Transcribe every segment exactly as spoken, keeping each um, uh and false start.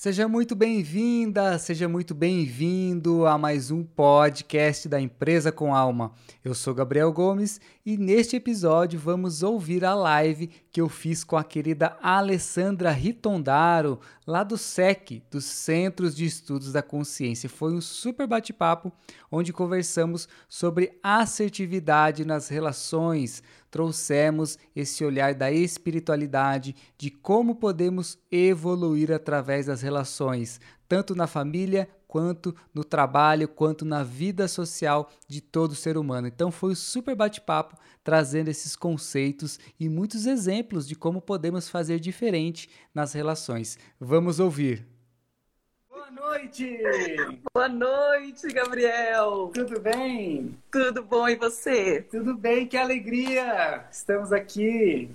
Seja muito bem-vinda, seja muito bem-vindo a mais um podcast da Empresa com Alma. Eu sou Gabriel Gomes e neste episódio vamos ouvir a live que eu fiz com a querida Alessandra Ritondaro, lá do S E C, dos Centros de Estudos da Consciência. Foi um super bate-papo onde conversamos sobre assertividade nas relações. Trouxemos esse olhar da espiritualidade, de como podemos evoluir através das relações, tanto na família, quanto no trabalho, quanto na vida social de todo ser humano. Então foi um super bate-papo, trazendo esses conceitos e muitos exemplos de como podemos fazer diferente nas relações. Vamos ouvir! Boa noite! Boa noite, Gabriel! Tudo bem? Tudo bom, e você? Tudo bem, que alegria! Estamos aqui!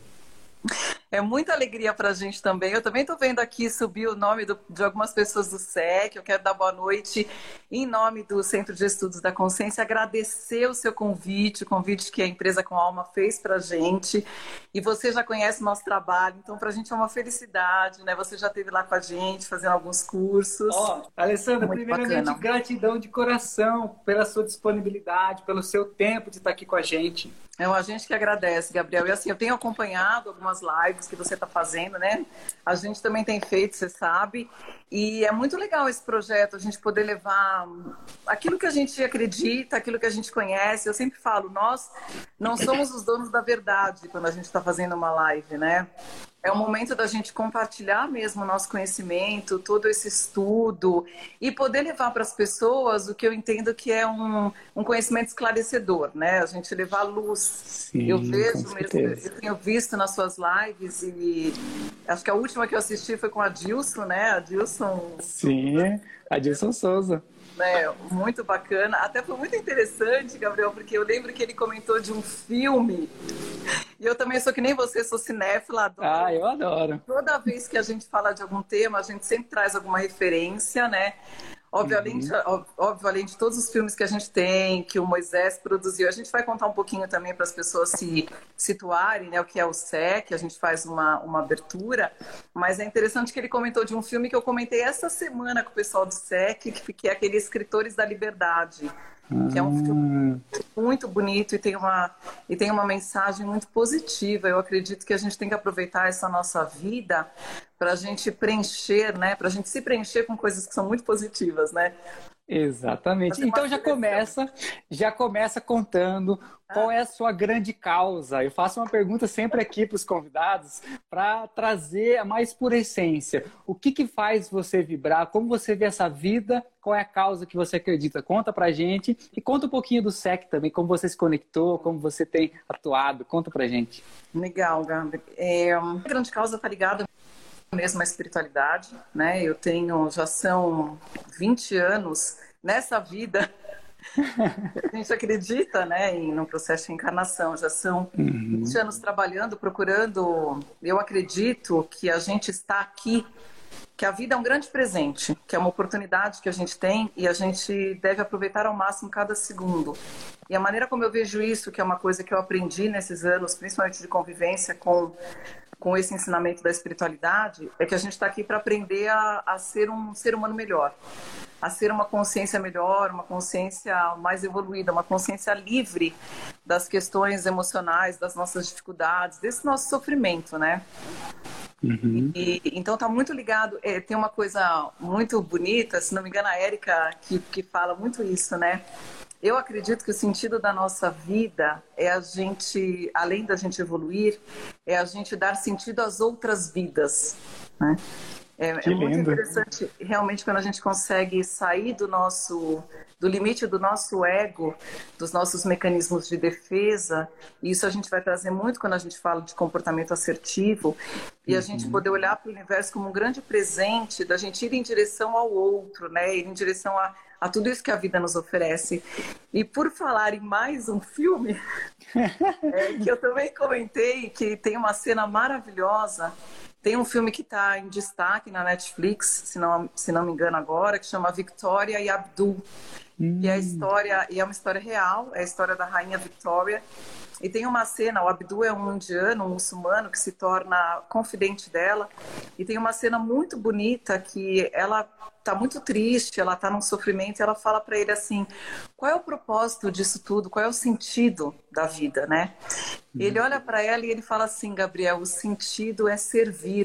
É muita alegria pra gente também. Eu também tô vendo aqui subir o nome do, de algumas pessoas do S E C. Eu quero dar boa noite em nome do Centro de Estudos da Consciência, agradecer o seu convite, o convite que a Empresa com Alma fez pra gente. E você já conhece o nosso trabalho, então pra gente é uma felicidade, né? Você já esteve lá com a gente, fazendo alguns cursos. Ó, oh, Alessandra, muito primeiramente, bacana. Gratidão de coração pela sua disponibilidade, pelo seu tempo de estar aqui com a gente. É a gente que agradece, Gabriel. E assim, eu tenho acompanhado algumas lives que você está fazendo, né? A gente também tem feito, você sabe. E é muito legal esse projeto, a gente poder levar aquilo que a gente acredita, aquilo que a gente conhece. Eu sempre falo, nós não somos os donos da verdade quando a gente está fazendo uma live, né? É o momento da gente compartilhar mesmo o nosso conhecimento, todo esse estudo e poder levar para as pessoas o que eu entendo que é um, um conhecimento esclarecedor, né? A gente levar luz. Sim, eu vejo mesmo, eu tenho visto nas suas lives e acho que a última que eu assisti foi com a Dilson, né? A Dilson. Sim, a Dilson Souza. É, muito bacana. Até foi muito interessante, Gabriel, porque eu lembro que ele comentou de um filme. E eu também sou que nem você, sou cinéfila, adoro. Ah, eu adoro. Toda vez que a gente fala de algum tema, a gente sempre traz alguma referência, né? Obviamente, uhum. óbvio, além de todos os filmes que a gente tem, que o Moisés produziu, a gente vai contar um pouquinho também para as pessoas se situarem, né, o que é o S E C, a gente faz uma, uma abertura, mas é interessante que ele comentou de um filme que eu comentei essa semana com o pessoal do S E C, que, que é aquele Escritores da Liberdade, que é um filme muito bonito e tem, uma, e tem uma mensagem muito positiva. Eu acredito que a gente tem que aproveitar essa nossa vida para a gente preencher, né? Para a gente se preencher com coisas que são muito positivas, né? Exatamente. Então já começa, já começa contando qual é a sua grande causa. Eu faço uma pergunta sempre aqui para os convidados para trazer a mais pura essência. O que que faz você vibrar? Como você vê essa vida? Qual é a causa que você acredita? Conta pra gente e conta um pouquinho do S E C também, como você se conectou, como você tem atuado. Conta pra gente. Legal, Gabi. É, a grande causa está ligada mesmo à espiritualidade, né? Eu tenho, já são vinte anos nessa vida. A gente acredita, né, em um processo de encarnação. Já são uhum. vinte anos trabalhando, procurando. Eu acredito que a gente está aqui, que a vida é um grande presente, que é uma oportunidade que a gente tem e a gente deve aproveitar ao máximo cada segundo. E a maneira como eu vejo isso, que é uma coisa que eu aprendi nesses anos, principalmente de convivência com, com esse ensinamento da espiritualidade, é que a gente está aqui para aprender a, a ser um ser humano melhor, a ser uma consciência melhor, uma consciência mais evoluída, uma consciência livre das questões emocionais, das nossas dificuldades, desse nosso sofrimento, né? Uhum. E, então tá muito ligado, é, tem uma coisa muito bonita, se não me engano a Érica que, que fala muito isso, né? Eu acredito que o sentido da nossa vida é a gente, além da gente evoluir, é a gente dar sentido às outras vidas, né? É, é muito interessante realmente quando a gente consegue sair do nosso, do limite do nosso ego, dos nossos mecanismos de defesa, e isso a gente vai trazer muito quando a gente fala de comportamento assertivo, e a gente poder olhar para o universo como um grande presente, da gente ir em direção ao outro, né? Ir em direção a, a tudo isso que a vida nos oferece. E por falar em mais um filme, é, que eu também comentei, que tem uma cena maravilhosa. Tem um filme que está em destaque na Netflix, se não, se não me engano agora, que chama Victoria e Abdul. Hum. E, a história, e é uma história real, é a história da rainha Victoria. E tem uma cena, o Abdul é um indiano, um muçulmano que se torna confidente dela, e tem uma cena muito bonita que ela está muito triste, ela está num sofrimento, e ela fala para ele assim, qual é o propósito disso tudo, qual é o sentido da vida, né? E ele olha para ela e ele fala assim, Gabriel, o sentido é servir.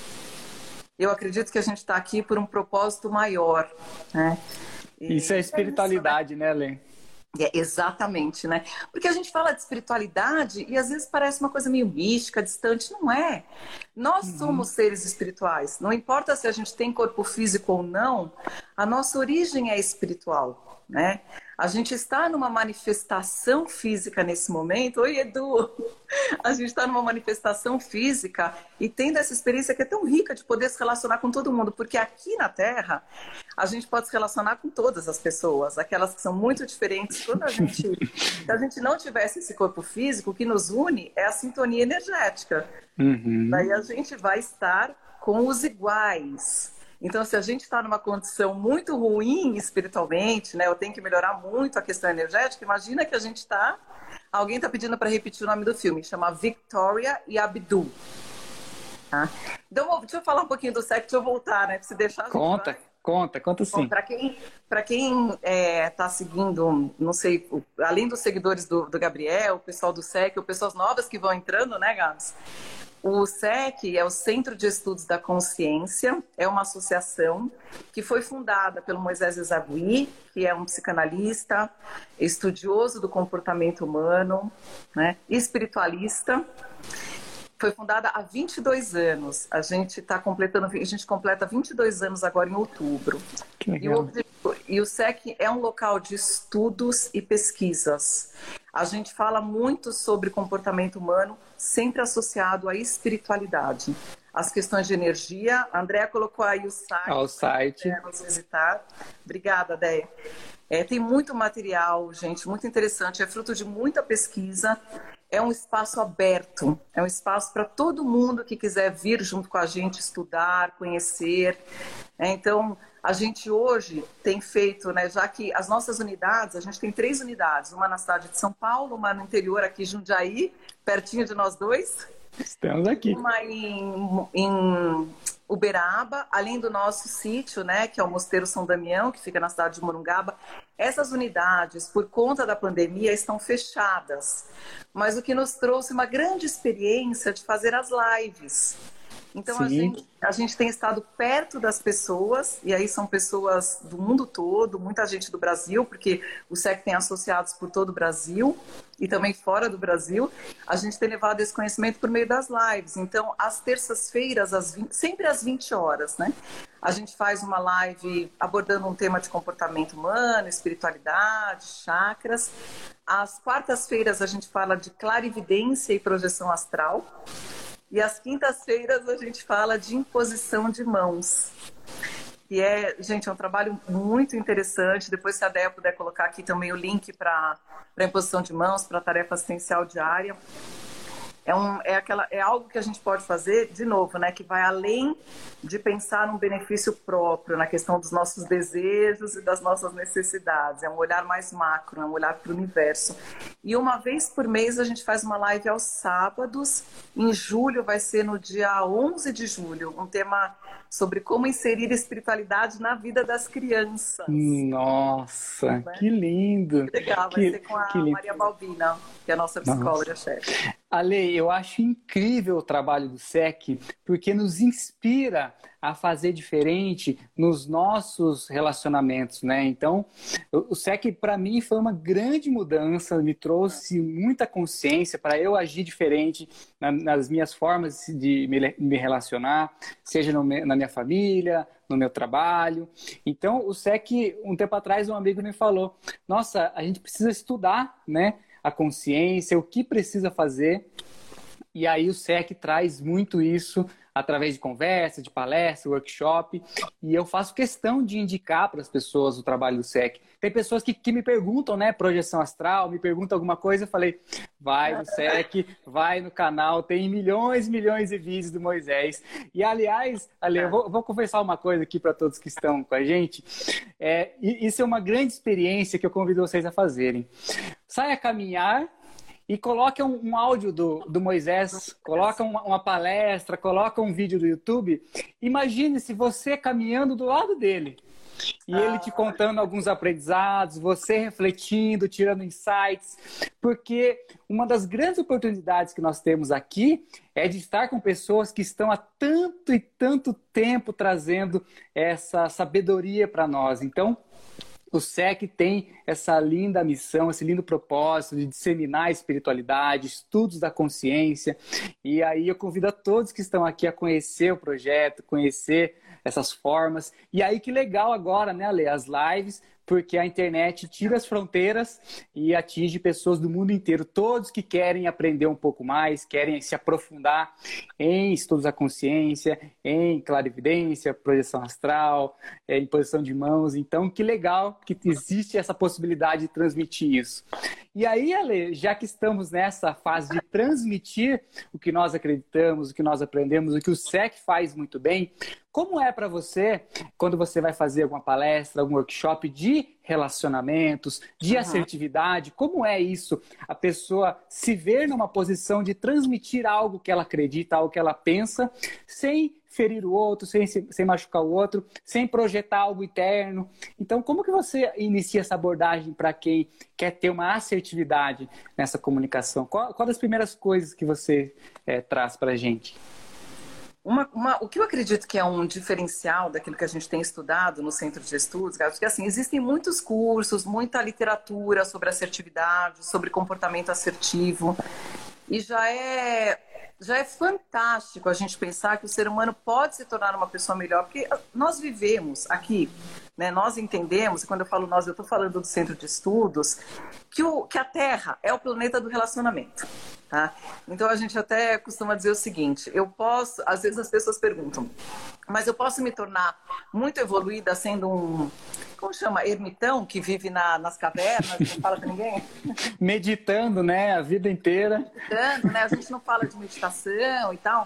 Eu acredito que a gente está aqui por um propósito maior, né? E isso é espiritualidade, é isso, né, Lê? É, exatamente, né? Porque a gente fala de espiritualidade e às vezes parece uma coisa meio mística, distante. Não é. Nós uhum. somos seres espirituais. Não importa se a gente tem corpo físico ou não, a nossa origem é espiritual, né? A gente está numa manifestação física nesse momento. Oi, Edu! A gente está numa manifestação física e tendo essa experiência que é tão rica de poder se relacionar com todo mundo, porque aqui na Terra a gente pode se relacionar com todas as pessoas, aquelas que são muito diferentes. Quando a gente, se a gente não tivesse esse corpo físico, o que nos une é a sintonia energética. Uhum. Daí a gente vai estar com os iguais. Então, se a gente está numa condição muito ruim espiritualmente, né, eu tenho que melhorar muito a questão energética, imagina que a gente está... Alguém está pedindo para repetir o nome do filme, chama Victoria e Abdul. Tá? Então, deixa eu falar um pouquinho do S E C, deixa eu voltar, né, para você deixar... Conta, conta, conta sim. Para quem para quem está é, seguindo, não sei, o, além dos seguidores do, do Gabriel, o pessoal do S E C, ou pessoas novas que vão entrando, né, Gabs? O S E C é o Centro de Estudos da Consciência, é uma associação que foi fundada pelo Moisés Ezagui, que é um psicanalista, estudioso do comportamento humano, né, espiritualista. Foi fundada há vinte e dois anos. A gente está completando, a gente completa vinte e dois anos agora em outubro. E o, e o S E C é um local de estudos e pesquisas. A gente fala muito sobre comportamento humano, sempre associado à espiritualidade. As questões de energia. A Andréa colocou aí o site. Ao site. Para nos visitar. Obrigada, Déia. É, tem muito material, gente, muito interessante. É fruto de muita pesquisa. É um espaço aberto. É um espaço para todo mundo que quiser vir junto com a gente estudar, conhecer. É, então... A gente hoje tem feito, né, já que as nossas unidades, a gente tem três unidades, uma na cidade de São Paulo, uma no interior aqui, Jundiaí, pertinho de nós dois. Estamos aqui. Uma em, em Uberaba, além do nosso sítio, né, que é o Mosteiro São Damião, que fica na cidade de Morungaba. Essas unidades, por conta da pandemia, estão fechadas. Mas o que nos trouxe uma grande experiência de fazer as lives. Então a gente, a gente tem estado perto das pessoas, e aí são pessoas do mundo todo, muita gente do Brasil, porque o S E C tem associados por todo o Brasil e também fora do Brasil. A gente tem levado esse conhecimento por meio das lives. Então, às terças-feiras, às vinte, sempre às vinte horas, né? A gente faz uma live abordando um tema de comportamento humano, espiritualidade, chakras. Às quartas-feiras a gente fala de clarividência e projeção astral. E às quintas-feiras a gente fala de imposição de mãos. E é, gente, é um trabalho muito interessante. Depois, se a Déia puder colocar aqui também o link para a imposição de mãos, para a tarefa assistencial diária. É, um, é, aquela, é algo que a gente pode fazer, de novo, né, que vai além de pensar num benefício próprio, na questão dos nossos desejos e das nossas necessidades. É um olhar mais macro, é um olhar para o universo. E uma vez por mês a gente faz uma live aos sábados. Em julho vai ser no dia onze de julho, um tema sobre como inserir espiritualidade na vida das crianças. Nossa, né? Que lindo! Que legal, vai que, ser com a Maria Balbina, que é a nossa psicóloga-chefe. Ale, eu acho incrível o trabalho do S E C, porque nos inspira a fazer diferente nos nossos relacionamentos, né? Então, o S E C para mim foi uma grande mudança, me trouxe muita consciência para eu agir diferente na, nas minhas formas de me, me relacionar, seja no, na minha família, no meu trabalho. Então, o S E C, um tempo atrás, um amigo me falou, nossa, a gente precisa estudar, né? A consciência, o que precisa fazer. E aí o S E C traz muito isso através de conversa, de palestra, workshop. E eu faço questão de indicar para as pessoas o trabalho do S E C. Tem pessoas que, que me perguntam, né, projeção astral, me perguntam alguma coisa, eu falei, vai no S E C, vai no canal, tem milhões e milhões de vídeos do Moisés. E aliás, Ale, eu vou, vou conversar uma coisa aqui para todos que estão com a gente. É, isso é uma grande experiência que eu convido vocês a fazerem. Saia a caminhar e coloca um, um áudio do, do Moisés, coloca uma, uma palestra, coloca um vídeo do YouTube. Imagine se você caminhando do lado dele. E ele te contando alguns aprendizados, você refletindo, tirando insights, porque uma das grandes oportunidades que nós temos aqui é de estar com pessoas que estão há tanto e tanto tempo trazendo essa sabedoria para nós. Então, o S E C tem essa linda missão, esse lindo propósito de disseminar a espiritualidade, estudos da consciência. E aí eu convido a todos que estão aqui a conhecer o projeto, conhecer essas formas. E aí que legal agora, né, Ale, as lives, porque a internet tira as fronteiras e atinge pessoas do mundo inteiro. Todos que querem aprender um pouco mais, querem se aprofundar em estudos da consciência, em clarividência, projeção astral, em posição de mãos. Então, que legal que existe essa possibilidade de transmitir isso. E aí, Ale, já que estamos nessa fase de transmitir o que nós acreditamos, o que nós aprendemos, o que o S E C faz muito bem, como é para você, quando você vai fazer alguma palestra, algum workshop de relacionamentos, de uhum. assertividade, como é isso? A pessoa se ver numa posição de transmitir algo que ela acredita, algo que ela pensa, sem ferir o outro, sem, sem machucar o outro, sem projetar algo interno. Então, como que você inicia essa abordagem para quem quer ter uma assertividade nessa comunicação? Qual, qual das primeiras coisas que você é, traz para a gente? Uma, uma, o que eu acredito que é um diferencial daquilo que a gente tem estudado no Centro de Estudos, Gabi, porque assim, existem muitos cursos, muita literatura sobre assertividade, sobre comportamento assertivo, e já é, já é fantástico a gente pensar que o ser humano pode se tornar uma pessoa melhor, porque nós vivemos aqui, né, nós entendemos, e quando eu falo nós, eu estou falando do Centro de Estudos, que, o, que a Terra é o planeta do relacionamento. Tá? Então a gente até costuma dizer o seguinte, eu posso, às vezes as pessoas perguntam, mas eu posso me tornar muito evoluída sendo um, como chama, ermitão que vive na, nas cavernas, não fala com ninguém? Meditando, né, a vida inteira. Meditando, né, a gente não fala de meditação e tal.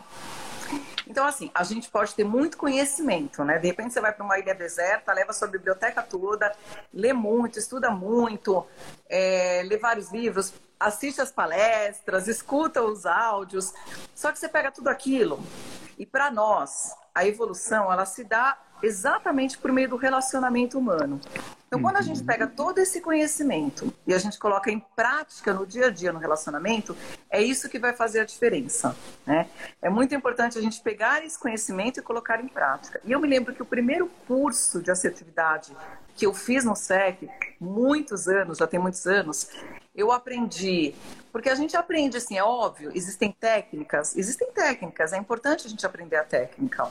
Então, assim, a gente pode ter muito conhecimento, né? De repente você vai para uma ilha deserta, leva sua biblioteca toda, lê muito, estuda muito, é, lê vários livros, assiste as palestras, escuta os áudios, só que você pega tudo aquilo e para nós, a evolução, ela se dá exatamente por meio do relacionamento humano. Então, quando a gente pega todo esse conhecimento e a gente coloca em prática no dia a dia no relacionamento, é isso que vai fazer a diferença, né? É muito importante a gente pegar esse conhecimento e colocar em prática. E eu me lembro que o primeiro curso de assertividade que eu fiz no S E C, muitos anos, já tem muitos anos, eu aprendi, porque a gente aprende assim, é óbvio, existem técnicas, existem técnicas, é importante a gente aprender a técnica.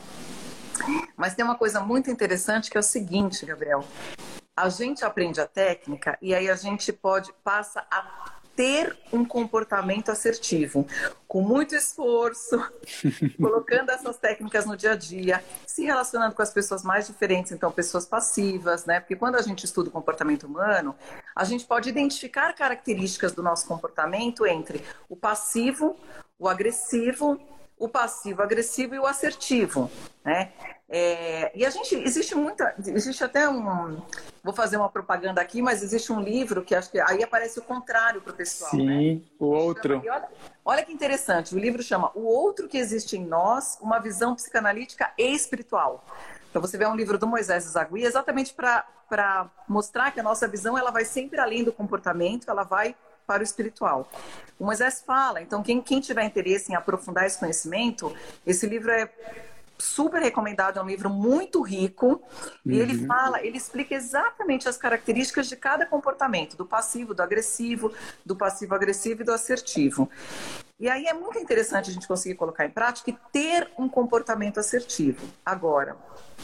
Mas tem uma coisa muito interessante que é o seguinte, Gabriel, a gente aprende a técnica e aí a gente pode, passa a ter um comportamento assertivo, com muito esforço, colocando essas técnicas no dia a dia, se relacionando com as pessoas mais diferentes, então pessoas passivas, né? Porque quando a gente estuda o comportamento humano, a gente pode identificar características do nosso comportamento entre o passivo, o agressivo, o passivo-agressivo e o assertivo, né? É, e a gente, existe muita, existe até um, vou fazer uma propaganda aqui, mas existe um livro que acho que aí aparece o contrário para o pessoal, Sim, né? O Outro. Chama, olha, olha que interessante, o livro chama O Outro que Existe em Nós, uma visão psicanalítica e espiritual. Então você vê um livro do Moisés Zagui exatamente para mostrar que a nossa visão ela vai sempre além do comportamento, ela vai para o espiritual. O Moisés fala, então quem, quem tiver interesse em aprofundar esse conhecimento, esse livro é super recomendado, é um livro muito rico, uhum. E ele fala, ele explica exatamente as características de cada comportamento, do passivo, do agressivo, do passivo-agressivo e do assertivo. E aí é muito interessante a gente conseguir colocar em prática e ter um comportamento assertivo. Agora,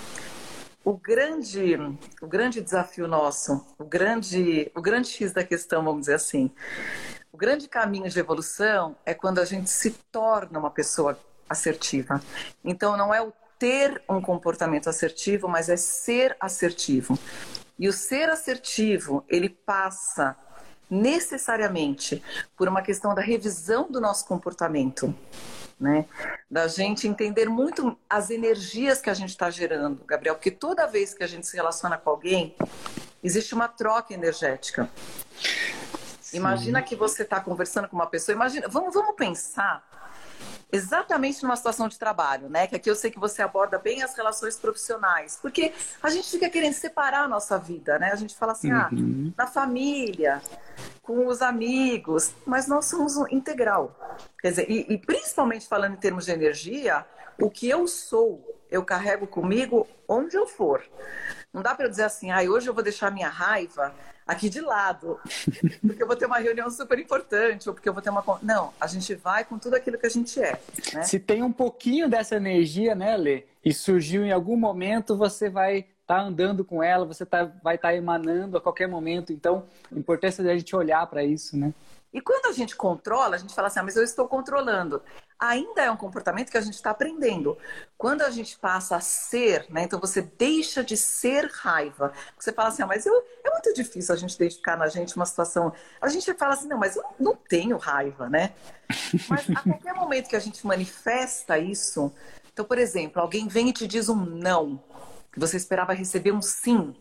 o grande, o grande desafio nosso, o grande, o grande X da questão, vamos dizer assim, o grande caminho de evolução é quando a gente se torna uma pessoa assertiva. Então não é o ter um comportamento assertivo, mas é ser assertivo. E o ser assertivo, ele passa necessariamente por uma questão da revisão do nosso comportamento, né? Da gente entender muito as energias que a gente está gerando, Gabriel, porque toda vez que a gente se relaciona com alguém, existe uma troca energética. Imagina Sim. que você está conversando com uma pessoa, imagina, vamos, vamos pensar exatamente numa situação de trabalho, né? Que aqui eu sei que você aborda bem as relações profissionais, porque a gente fica querendo separar a nossa vida, né? A gente fala assim, ah, Uhum. na família, com os amigos, mas nós somos um integral. Quer dizer, e, e principalmente falando em termos de energia, o que eu sou, eu carrego comigo onde eu for. Não dá para eu dizer assim, ah, hoje eu vou deixar minha raiva aqui de lado, porque eu vou ter uma reunião super importante, ou porque eu vou ter uma... Não, a gente vai com tudo aquilo que a gente é, né? Se tem um pouquinho dessa energia, né, Lê, e surgiu em algum momento, você vai estar andando com ela, você tá, vai estar emanando a qualquer momento. Então, a importância da gente olhar para isso, né? E quando a gente controla, a gente fala assim, ah, mas eu estou controlando. Ainda é um comportamento que a gente está aprendendo. Quando a gente passa a ser, né? Então você deixa de ser raiva. Você fala assim, ah, mas eu, é muito difícil a gente identificar na gente uma situação. A gente fala assim, não, mas eu não tenho raiva, né? Mas a qualquer momento que a gente manifesta isso, então, por exemplo, alguém vem e te diz um não, que você esperava receber um sim,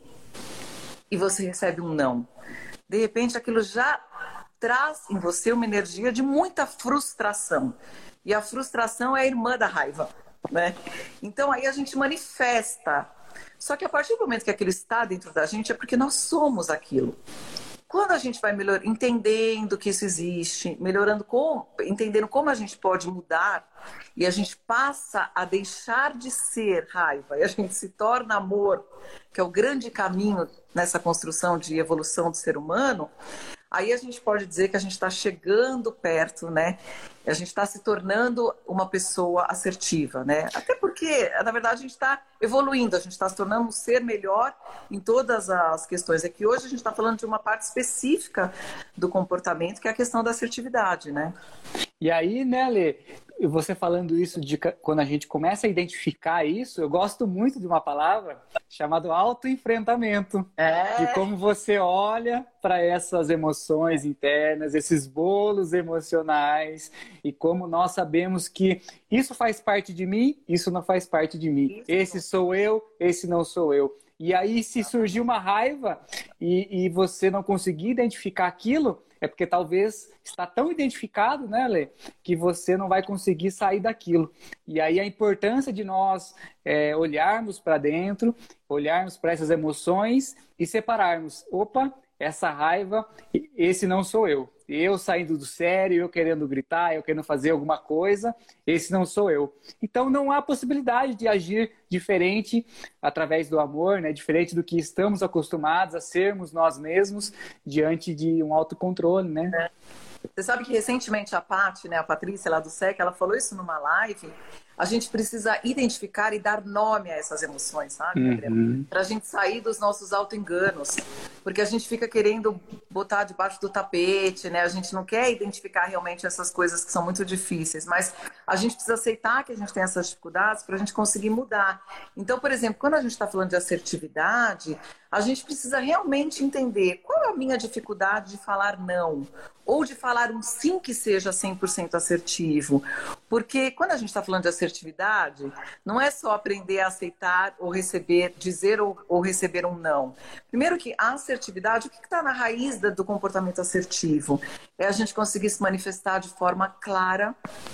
e você recebe um não. De repente, aquilo já traz em você uma energia de muita frustração. E a frustração é a irmã da raiva, né? Então aí a gente manifesta. Só que a partir do momento que aquilo está dentro da gente é porque nós somos aquilo. Quando a gente vai melhor, entendendo que isso existe, melhorando, como, entendendo como a gente pode mudar, e a gente passa a deixar de ser raiva, e a gente se torna amor, que é o grande caminho nessa construção de evolução do ser humano, aí a gente pode dizer que a gente está chegando perto, né? A gente está se tornando uma pessoa assertiva, né? Até porque, na verdade, a gente está evoluindo, a gente está se tornando um ser melhor em todas as questões. É que hoje a gente está falando de uma parte específica do comportamento, que é a questão da assertividade, né? E aí, né, Lê, você falando isso, de quando a gente começa a identificar isso, eu gosto muito de uma palavra chamada autoenfrentamento. É. De como você olha para essas emoções internas, esses bolos emocionais, e como nós sabemos que isso faz parte de mim, isso não faz parte de mim. Isso. Esse sou eu, esse não sou eu. E aí, se surgir uma raiva e, e você não conseguir identificar aquilo, é porque talvez está tão identificado, né, Lê, que você não vai conseguir sair daquilo. E aí a importância de nós é, olharmos para dentro, olharmos para essas emoções e separarmos. Opa, essa raiva, esse não sou eu. Eu saindo do sério, eu querendo gritar, eu querendo fazer alguma coisa, esse não sou eu. Então não há possibilidade de agir diferente através do amor, né? Diferente do que estamos acostumados a sermos nós mesmos diante de um autocontrole, né? É. Você sabe que recentemente a Paty, né, a Patrícia lá do S E C, ela falou isso numa live. A gente precisa identificar e dar nome a essas emoções, sabe, Gabriel? Uhum. Para a gente sair dos nossos auto-enganos. Porque a gente fica querendo botar debaixo do tapete, né? A gente não quer identificar realmente essas coisas que são muito difíceis. Mas a gente precisa aceitar que a gente tem essas dificuldades para a gente conseguir mudar. Então, por exemplo, quando a gente está falando de assertividade, a gente precisa realmente entender qual é a minha dificuldade de falar não. Ou de falar um sim que seja cem por cento assertivo. Porque quando a gente está falando de assertividade, não é só aprender a aceitar ou receber, dizer ou, ou receber um não. Primeiro que a assertividade, o que está na raiz do comportamento assertivo? É a gente conseguir se manifestar de forma clara,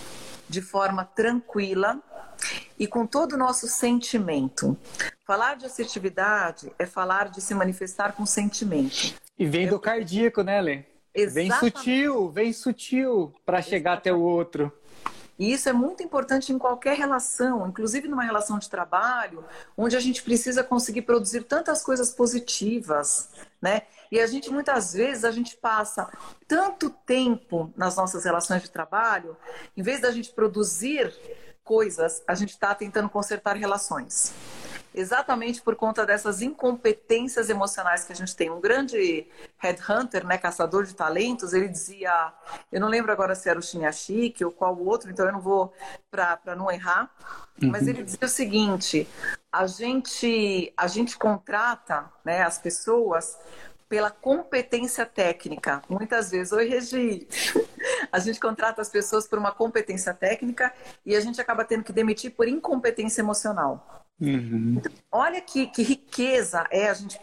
de forma tranquila e com todo o nosso sentimento. Falar de assertividade é falar de se manifestar com sentimento. E vem do cardíaco, né, Lê? Vem sutil, vem sutil para chegar até o outro. E isso é muito importante em qualquer relação, inclusive numa relação de trabalho, onde a gente precisa conseguir produzir tantas coisas positivas, né? E a gente, muitas vezes, a gente passa tanto tempo nas nossas relações de trabalho, em vez da gente produzir coisas, a gente está tentando consertar relações. Exatamente por conta dessas incompetências emocionais que a gente tem. Um grande headhunter, né, caçador de talentos, ele dizia, eu não lembro agora se era o Shinyashiki ou qual outro, então eu não vou, para não errar, uhum. Mas ele dizia o seguinte, a gente, a gente contrata, né, as pessoas pela competência técnica. Muitas vezes, oi Regi, a gente contrata as pessoas por uma competência técnica e a gente acaba tendo que demitir por incompetência emocional. Uhum. Então, olha que, que riqueza é a gente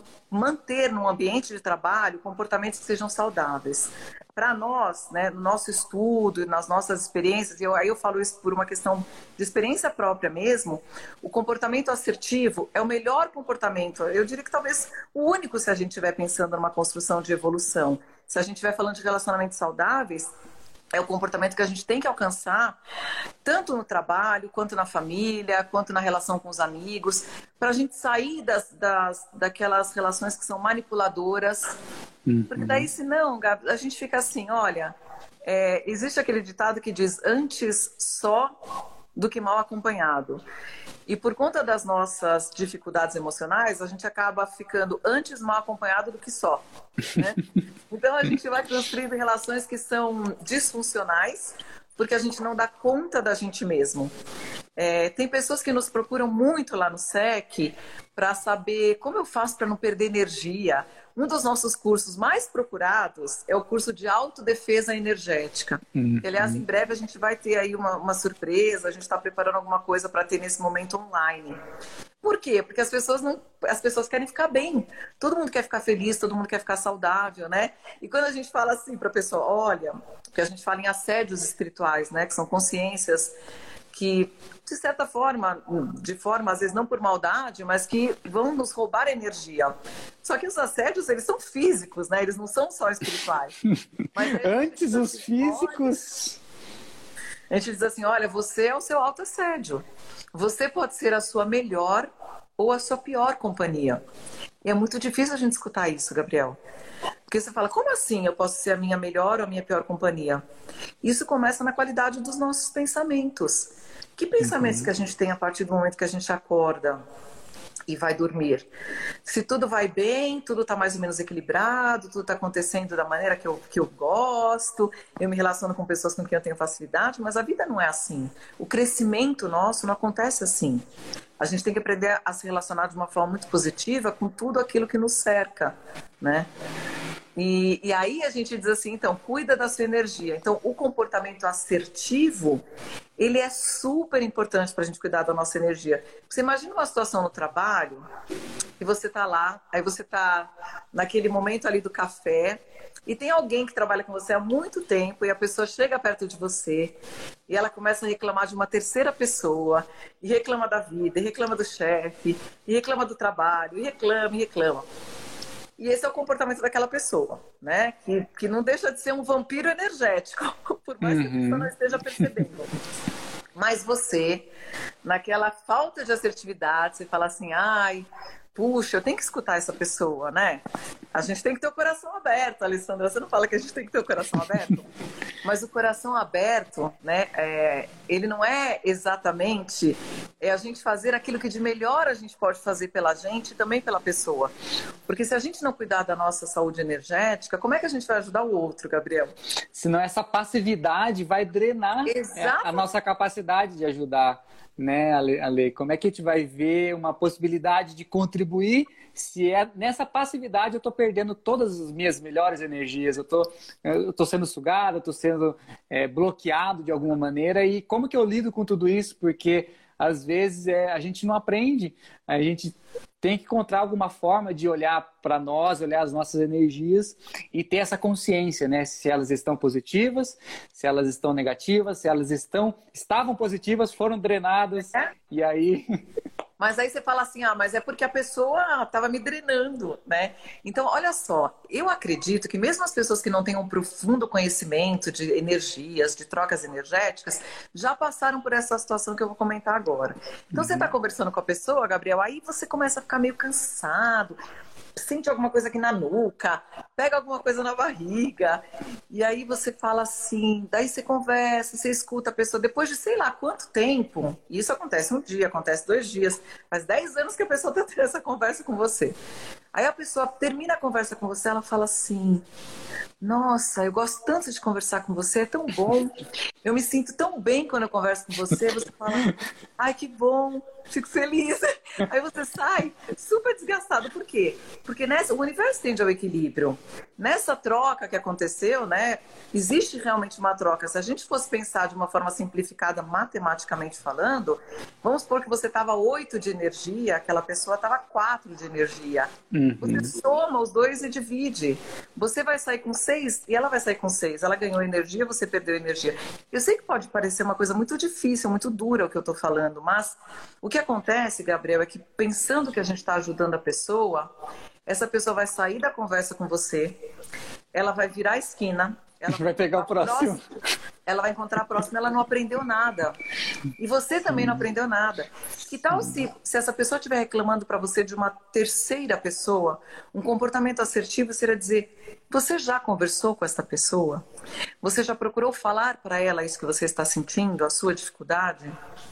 manter num ambiente de trabalho comportamentos que sejam saudáveis. Para nós, né, no nosso estudo e nas nossas experiências, e eu, aí eu falo isso por uma questão de experiência própria mesmo, o comportamento assertivo é o melhor comportamento, eu diria que talvez o único se a gente estiver pensando numa construção de evolução. Se a gente estiver falando de relacionamentos saudáveis, é o comportamento que a gente tem que alcançar, tanto no trabalho, quanto na família, quanto na relação com os amigos, para a gente sair das, das, daquelas relações que são manipuladoras. Uhum. Porque daí, senão, Gabi, a gente fica assim, olha, é, existe aquele ditado que diz antes só do que mal acompanhado. E por conta das nossas dificuldades emocionais, a gente acaba ficando antes mal acompanhado do que só, né? Então a gente vai construindo relações que são disfuncionais, porque a gente não dá conta da gente mesmo. É, tem pessoas que nos procuram muito lá no S E C para saber como eu faço para não perder energia. Um dos nossos cursos mais procurados é o curso de autodefesa energética. Uhum. Que, aliás, em breve a gente vai ter aí uma, uma surpresa, a gente está preparando alguma coisa para ter nesse momento online. Por quê? Porque as pessoas, não, as pessoas querem ficar bem. Todo mundo quer ficar feliz, todo mundo quer ficar saudável, né? E quando a gente fala assim para a pessoa, olha, porque a gente fala em assédios espirituais, né? Que são consciências que, de certa forma, de forma, às vezes não por maldade, mas que vão nos roubar energia. Só que os assédios, eles são físicos, né? Eles não são só espirituais. Mas antes os assim, físicos... Olha, a gente diz assim, olha, você é o seu autoassédio. Você pode ser a sua melhor ou a sua pior companhia. E é muito difícil a gente escutar isso, Gabriel. Porque você fala, como assim eu posso ser a minha melhor ou a minha pior companhia? Isso começa na qualidade dos nossos pensamentos. Que pensamentos uhum. que a gente tem a partir do momento que a gente acorda e vai dormir? Se tudo vai bem, tudo está mais ou menos equilibrado, tudo está acontecendo da maneira que eu, que eu gosto, eu me relaciono com pessoas com quem eu tenho facilidade, mas a vida não é assim. O crescimento nosso não acontece assim. A gente tem que aprender a se relacionar de uma forma muito positiva com tudo aquilo que nos cerca, né? E, e aí a gente diz assim, então, cuida da sua energia. Então, o comportamento assertivo, ele é super importante para a gente cuidar da nossa energia. Você imagina uma situação no trabalho, e você está lá, aí você está naquele momento ali do café, e tem alguém que trabalha com você há muito tempo, e a pessoa chega perto de você, e ela começa a reclamar de uma terceira pessoa, e reclama da vida, e reclama do chefe, e reclama do trabalho, e reclama, e reclama. E esse é o comportamento daquela pessoa, né? Que, que não deixa de ser um vampiro energético, por mais que a pessoa não esteja percebendo. Mas você, naquela falta de assertividade, você fala assim, ai, puxa, eu tenho que escutar essa pessoa, né? A gente tem que ter o coração aberto, Alessandra. Você não fala que a gente tem que ter o coração aberto? Mas o coração aberto, né, é, ele não é exatamente é a gente fazer aquilo que de melhor a gente pode fazer pela gente e também pela pessoa. Porque se a gente não cuidar da nossa saúde energética, como é que a gente vai ajudar o outro, Gabriel? Senão essa passividade vai drenar a nossa capacidade de ajudar, né, Ale, Ale? Como é que a gente vai ver uma possibilidade de contribuir se é nessa passividade eu estou perdendo todas as minhas melhores energias, eu tô, eu tô sendo sugado, eu estou sendo é, bloqueado de alguma maneira, e como que eu lido com tudo isso? Porque às vezes é, a gente não aprende, a gente tem que encontrar alguma forma de olhar para nós, olhar as nossas energias e ter essa consciência, né? Se elas estão positivas, se elas estão negativas, se elas estão, estavam positivas, foram drenadas, é? E aí... Mas aí você fala assim, ah, mas é porque a pessoa estava me drenando, né? Então, olha só, eu acredito que mesmo as pessoas que não têm um profundo conhecimento de energias, de trocas energéticas, já passaram por essa situação que eu vou comentar agora. Então, uhum. Você está conversando com a pessoa, Gabriel, aí você começa a ficar meio cansado, sente alguma coisa aqui na nuca, pega alguma coisa na barriga, e aí você fala assim, daí você conversa, você escuta a pessoa, depois de sei lá quanto tempo, e isso acontece um dia, acontece dois dias, faz dez anos que a pessoa está tendo essa conversa com você. Aí a pessoa termina a conversa com você, ela fala assim, nossa, eu gosto tanto de conversar com você, é tão bom, eu me sinto tão bem quando eu converso com você, você fala, ai que bom, fico feliz. Aí você sai super desgastado. Por quê? Porque nessa, o universo tende ao equilíbrio. Nessa troca que aconteceu, né, existe realmente uma troca. Se a gente fosse pensar de uma forma simplificada, matematicamente falando, vamos supor que você estava oito de energia, aquela pessoa estava quatro de energia. Uhum. Você soma os dois e divide. Você vai sair com seis e ela vai sair com seis. Ela ganhou energia, você perdeu energia. Eu sei que pode parecer uma coisa muito difícil, muito dura o que eu estou falando, mas o que acontece, Gabriel, é que pensando que a gente está ajudando a pessoa, essa pessoa vai sair da conversa com você, ela vai virar a esquina, ela vai pegar o próximo. próximo, ela vai encontrar a próxima, ela não aprendeu nada. E você também Sim. não aprendeu nada. Que tal se, se essa pessoa estiver reclamando para você de uma terceira pessoa, um comportamento assertivo seria dizer, você já conversou com essa pessoa? Você já procurou falar para ela isso que você está sentindo, a sua dificuldade?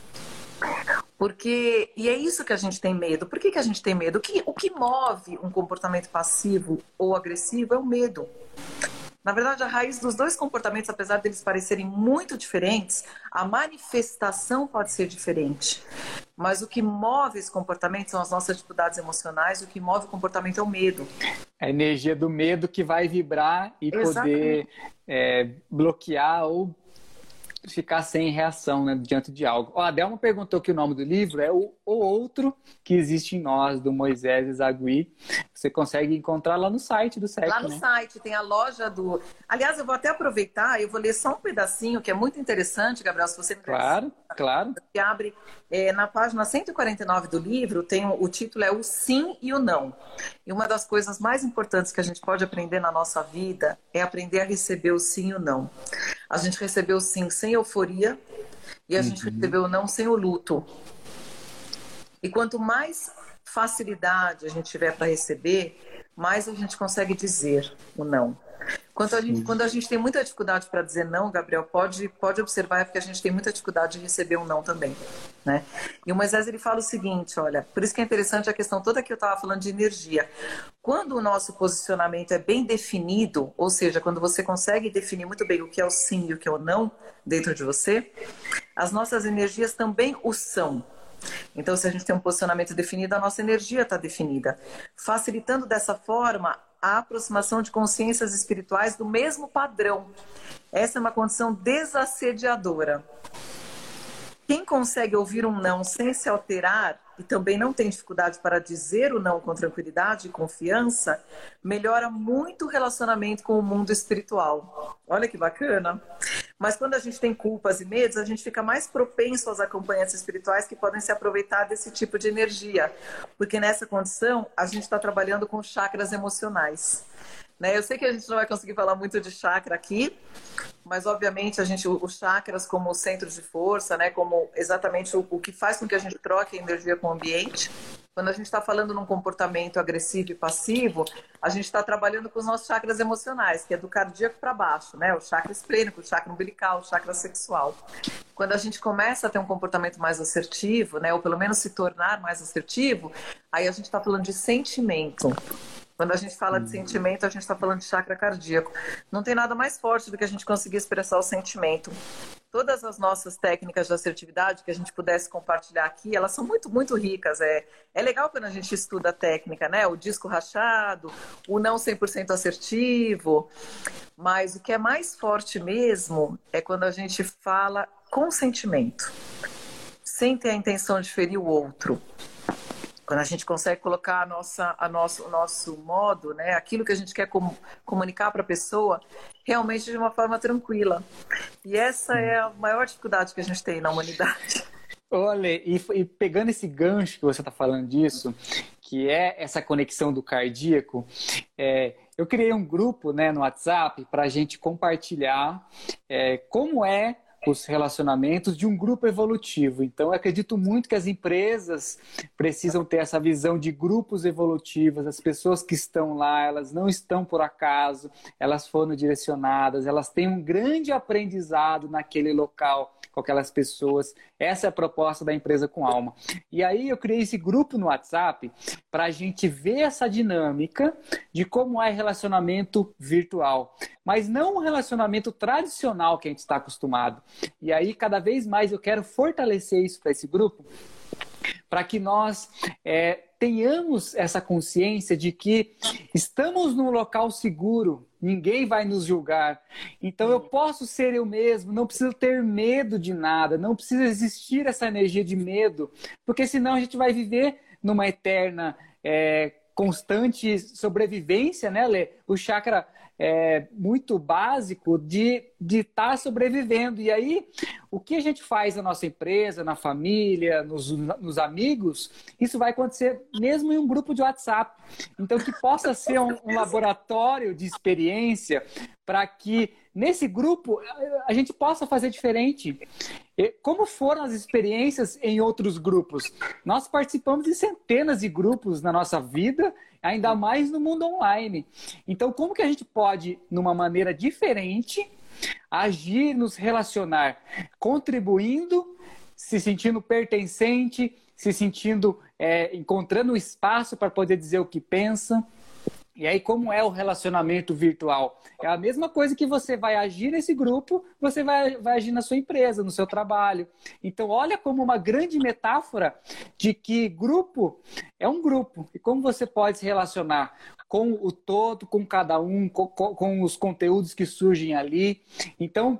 Porque, e é isso que a gente tem medo. Por que, que a gente tem medo? O que, o que move um comportamento passivo ou agressivo é o medo. Na verdade, a raiz dos dois comportamentos, apesar deles parecerem muito diferentes, a manifestação pode ser diferente. Mas o que move esse comportamento são as nossas dificuldades emocionais, o que move o comportamento é o medo. A energia do medo que vai vibrar e Exatamente. poder é, bloquear ou ficar sem reação, né, diante de algo. Ó, a Delma perguntou que o nome do livro é O, o Outro que Existe em Nós, do Moisés Zagui. Você consegue encontrar lá no site do S E C, Lá no né? site tem a loja do... Aliás, eu vou até aproveitar, eu vou ler só um pedacinho, que é muito interessante, Gabriel, se você me Claro, claro. Que abre é, na página cento e quarenta e nove do livro, tem o, o título é O Sim e o Não. E uma das coisas mais importantes que a gente pode aprender na nossa vida é aprender a receber o sim e o não. A gente recebeu o sim sem euforia e a uhum. gente recebeu o não sem o luto. E quanto mais facilidade a gente tiver para receber, mais a gente consegue dizer o não. Quando a gente, quando a gente tem muita dificuldade para dizer não, Gabriel, pode, pode observar, é porque a gente tem muita dificuldade de receber um não também, né? E o Moisés, ele fala o seguinte, olha, por isso que é interessante a questão toda que eu estava falando de energia. Quando o nosso posicionamento é bem definido, ou seja, quando você consegue definir muito bem o que é o sim e o que é o não dentro de você, as nossas energias também o são. Então, se a gente tem um posicionamento definido, a nossa energia está definida. Facilitando dessa forma a aproximação de consciências espirituais do mesmo padrão. Essa é uma condição desassediadora. Quem consegue ouvir um não sem se alterar e também não tem dificuldade para dizer o não com tranquilidade e confiança, melhora muito o relacionamento com o mundo espiritual. Olha que bacana! Mas quando a gente tem culpas e medos, a gente fica mais propenso aos acompanhantes espirituais que podem se aproveitar desse tipo de energia. Porque nessa condição, a gente está trabalhando com chakras emocionais. Né? Eu sei que a gente não vai conseguir falar muito de chakra aqui, mas obviamente a gente, os chakras como centros de força, né? Como exatamente o, o que faz com que a gente troque a energia com o ambiente. Quando a gente está falando num comportamento agressivo e passivo, a gente está trabalhando com os nossos chakras emocionais, que é do cardíaco para baixo, né? O chakra esplênico, o chakra umbilical, o chakra sexual. Quando a gente começa a ter um comportamento mais assertivo, né? Ou pelo menos se tornar mais assertivo, aí a gente está falando de sentimento. Quando a gente fala de sentimento, a gente está falando de chakra cardíaco. Não tem nada mais forte do que a gente conseguir expressar o sentimento. Todas as nossas técnicas de assertividade que a gente pudesse compartilhar aqui, elas são muito, muito ricas. É, é legal quando a gente estuda a técnica, né? O disco rachado, o não cem por cento assertivo. Mas o que é mais forte mesmo é quando a gente fala com sentimento, sem ter a intenção de ferir o outro. Quando a gente consegue colocar a nossa, a nosso, o nosso modo, né, aquilo que a gente quer com, comunicar para a pessoa, realmente de uma forma tranquila. E essa é a maior dificuldade que a gente tem na humanidade. Olha, e, e pegando esse gancho que você está falando disso, que é essa conexão do cardíaco, é, eu criei um grupo, né, no WhatsApp para a gente compartilhar é, como é os relacionamentos de um grupo evolutivo. Então, eu acredito muito que as empresas precisam ter essa visão de grupos evolutivos. As pessoas que estão lá, elas não estão por acaso, elas foram direcionadas, elas têm um grande aprendizado naquele local com aquelas pessoas. Essa é a proposta da Empresa com Alma. E aí eu criei esse grupo no WhatsApp para a gente ver essa dinâmica de como é relacionamento virtual. Mas não um relacionamento tradicional que a gente está acostumado. E aí, cada vez mais, eu quero fortalecer isso para esse grupo, para que nós é, tenhamos essa consciência de que estamos num local seguro, ninguém vai nos julgar. Então eu posso ser eu mesmo, não preciso ter medo de nada, não precisa existir essa energia de medo, porque senão a gente vai viver numa eterna, é, constante sobrevivência, né, Lê? O chakra é muito básico de de estar sobrevivendo. E aí, o que a gente faz na nossa empresa, na família, nos, nos amigos, isso vai acontecer mesmo em um grupo de WhatsApp. Então, que possa ser um, um laboratório de experiência para que, nesse grupo, a gente possa fazer diferente. Como foram as experiências em outros grupos? Nós participamos de centenas de grupos na nossa vida, ainda mais no mundo online. Então, como que a gente pode, numa maneira diferente, agir, nos relacionar, contribuindo, se sentindo pertencente, se sentindo, é, encontrando um espaço para poder dizer o que pensa. E aí, como é o relacionamento virtual? É a mesma coisa que você vai agir nesse grupo, você vai, vai agir na sua empresa, no seu trabalho. Então, olha como uma grande metáfora de que grupo é um grupo. E como você pode se relacionar com o todo, com cada um, com, com os conteúdos que surgem ali. Então,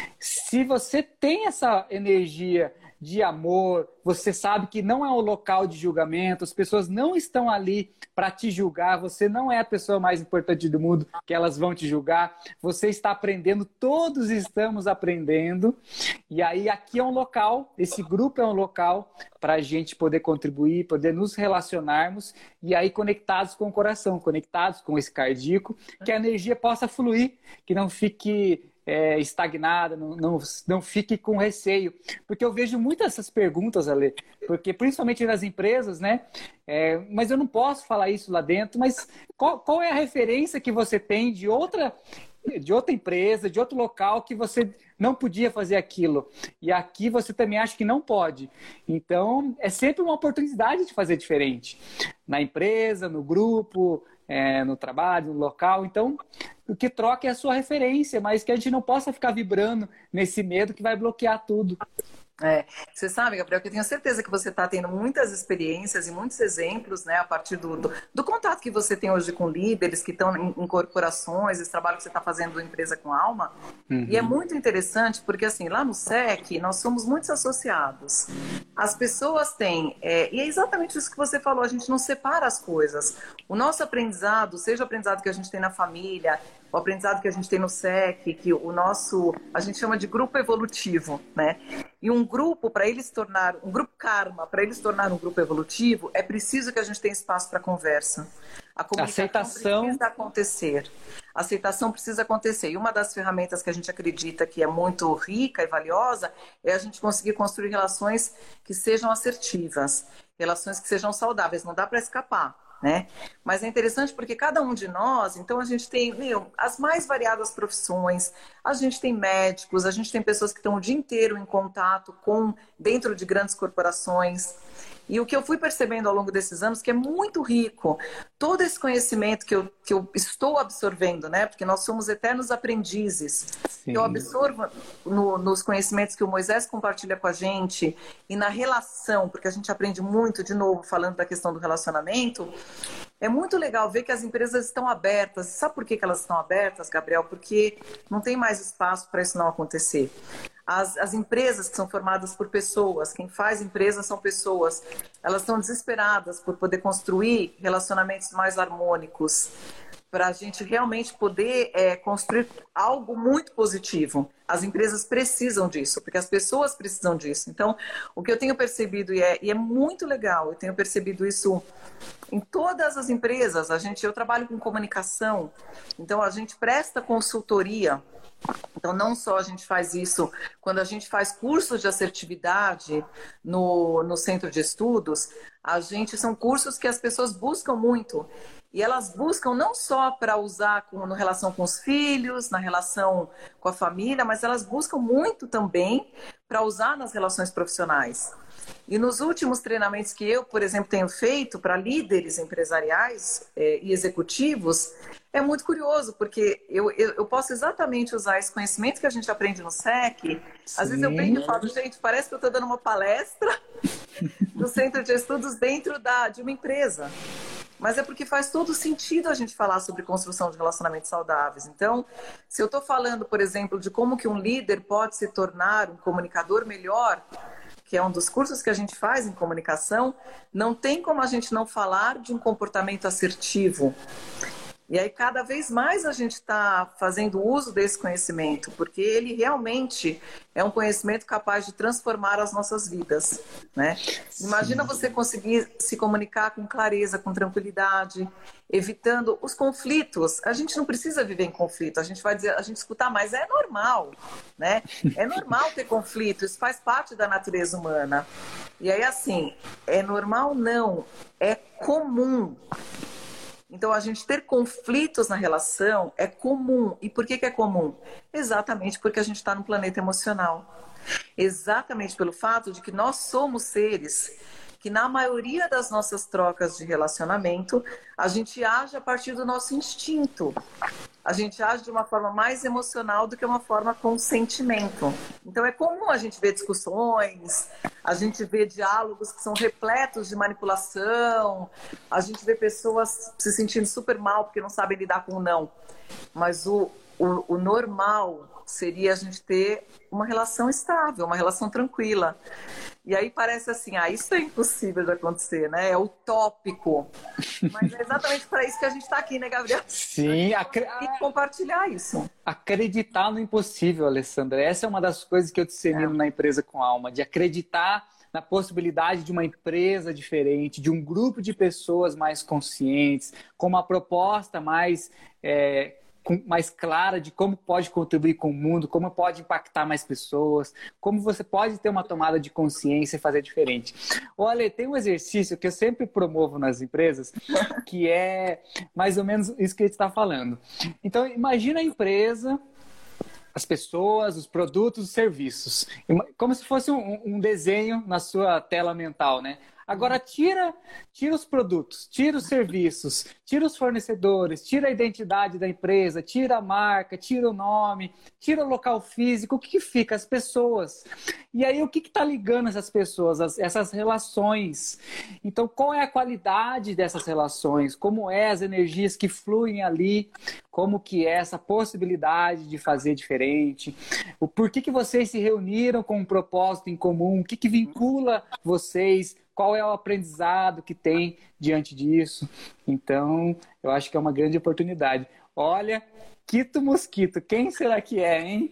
se você tem essa energia de amor, você sabe que não é um local de julgamento, as pessoas não estão ali para te julgar, você não é a pessoa mais importante do mundo que elas vão te julgar, você está aprendendo, todos estamos aprendendo, e aí aqui é um local, esse grupo é um local para a gente poder contribuir, poder nos relacionarmos, e aí conectados com o coração, conectados com esse cardíaco, que a energia possa fluir, que não fique É, estagnada, não, não, não fique com receio. Porque eu vejo muitas essas perguntas, Ale, porque principalmente nas empresas, né? É, mas eu não posso falar isso lá dentro, mas qual, qual é a referência que você tem de outra, de outra empresa, de outro local que você não podia fazer aquilo? E aqui você também acha que não pode. Então, é sempre uma oportunidade de fazer diferente. Na empresa, no grupo, é, no trabalho, no local. Então, o que troca é a sua referência, mas que a gente não possa ficar vibrando nesse medo que vai bloquear tudo. É, você sabe, Gabriel, que eu tenho certeza que você está tendo muitas experiências e muitos exemplos, né, a partir do, do, do contato que você tem hoje com líderes que estão em, em corporações, esse trabalho que você está fazendo Empresa com Alma. Uhum. E é muito interessante porque, assim, lá no S E C, nós somos muitos associados. As pessoas têm, é, e é exatamente isso que você falou, a gente não separa as coisas. O nosso aprendizado, seja o aprendizado que a gente tem na família, o aprendizado que a gente tem no S E C, que o nosso, a gente chama de grupo evolutivo, né? E um grupo, para ele se tornar, um grupo karma, para ele se tornar um grupo evolutivo, é preciso que a gente tenha espaço para conversa. A comunicação Aceitação. precisa acontecer. A aceitação precisa acontecer. E uma das ferramentas que a gente acredita que é muito rica e valiosa é a gente conseguir construir relações que sejam assertivas, relações que sejam saudáveis. Não dá para escapar, né? Mas é interessante porque cada um de nós, então a gente tem, meu, as mais variadas profissões, a gente tem médicos, a gente tem pessoas que estão o dia inteiro em contato com, dentro de grandes corporações. E o que eu fui percebendo ao longo desses anos, que é muito rico, todo esse conhecimento que eu, que eu estou absorvendo, né? Porque nós somos eternos aprendizes. Sim. Eu absorvo no, nos conhecimentos que o Moisés compartilha com a gente e na relação, porque a gente aprende muito, de novo, falando da questão do relacionamento. É muito legal ver que as empresas estão abertas. Sabe por que que elas estão abertas, Gabriel? Porque não tem mais espaço para isso não acontecer. As, as empresas que são formadas por pessoas, quem faz empresas são pessoas, elas estão desesperadas por poder construir relacionamentos mais harmônicos, para a gente realmente poder é, construir algo muito positivo. As empresas precisam disso, porque as pessoas precisam disso. Então, o que eu tenho percebido, e é, e é muito legal, eu tenho percebido isso em todas as empresas. A gente, eu trabalho com comunicação, então a gente presta consultoria. Então, não só a gente faz isso quando a gente faz cursos de assertividade no, no centro de estudos, a gente são cursos que as pessoas buscam muito. E elas buscam não só para usar com, na relação com os filhos, na relação com a família, mas elas buscam muito também para usar nas relações profissionais. E nos últimos treinamentos que eu, por exemplo, tenho feito para líderes empresariais é, e executivos, é muito curioso, porque eu, eu, eu posso exatamente usar esse conhecimento que a gente aprende no S E C. Sim. Às vezes eu brinco e falo, gente, parece que eu estou dando uma palestra no Centro de Estudos dentro da, de uma empresa. Mas é porque faz todo sentido a gente falar sobre construção de relacionamentos saudáveis. Então, se eu estou falando, por exemplo, de como que um líder pode se tornar um comunicador melhor, que é um dos cursos que a gente faz em comunicação, não tem como a gente não falar de um comportamento assertivo. E aí, cada vez mais a gente está fazendo uso desse conhecimento, porque ele realmente é um conhecimento capaz de transformar as nossas vidas, né? Imagina você conseguir se comunicar com clareza, com tranquilidade, evitando os conflitos. A gente não precisa viver em conflito, a gente vai dizer, a gente escutar, mas é normal, né? É normal ter conflito, isso faz parte da natureza humana. E aí, assim, é normal? Não, é comum. Então, a gente ter conflitos na relação é comum. E por que que é comum? Exatamente porque a gente está num planeta emocional. Exatamente pelo fato de que nós somos seres que, na maioria das nossas trocas de relacionamento, a gente age a partir do nosso instinto. A gente age de uma forma mais emocional do que uma forma com sentimento. Então, é comum a gente ver discussões, a gente vê diálogos que são repletos de manipulação, a gente vê pessoas se sentindo super mal porque não sabem lidar com o não. Mas o, o, o normal seria a gente ter uma relação estável, uma relação tranquila. E aí parece assim, ah, isso é impossível de acontecer, né? É utópico. Mas é exatamente para isso que a gente está aqui, né, Gabriel? Sim. Acre... E compartilhar isso. Acreditar no impossível, Alessandra. Essa é uma das coisas que eu dissemino é. na Empresa com Alma, de acreditar na possibilidade de uma empresa diferente, de um grupo de pessoas mais conscientes, com uma proposta mais... É... mais clara de como pode contribuir com o mundo, como pode impactar mais pessoas, como você pode ter uma tomada de consciência e fazer diferente. Olha, tem um exercício que eu sempre promovo nas empresas, que é mais ou menos isso que a gente está falando. Então, imagina a empresa, as pessoas, os produtos, os serviços, como se fosse um, um desenho na sua tela mental, né? Agora tira, tira os produtos, tira os serviços, tira os fornecedores, tira a identidade da empresa, tira a marca, tira o nome, tira o local físico, o que, que fica? As pessoas. E aí o que está ligando essas pessoas, as, essas relações? Então qual é a qualidade dessas relações? Como é as energias que fluem ali? Como que é essa possibilidade de fazer diferente? O porquê que vocês se reuniram com um propósito em comum? O que, que vincula vocês? Qual é o aprendizado que tem diante disso? Então, eu acho que é uma grande oportunidade. Olha, Quito Mosquito, quem será que é, hein?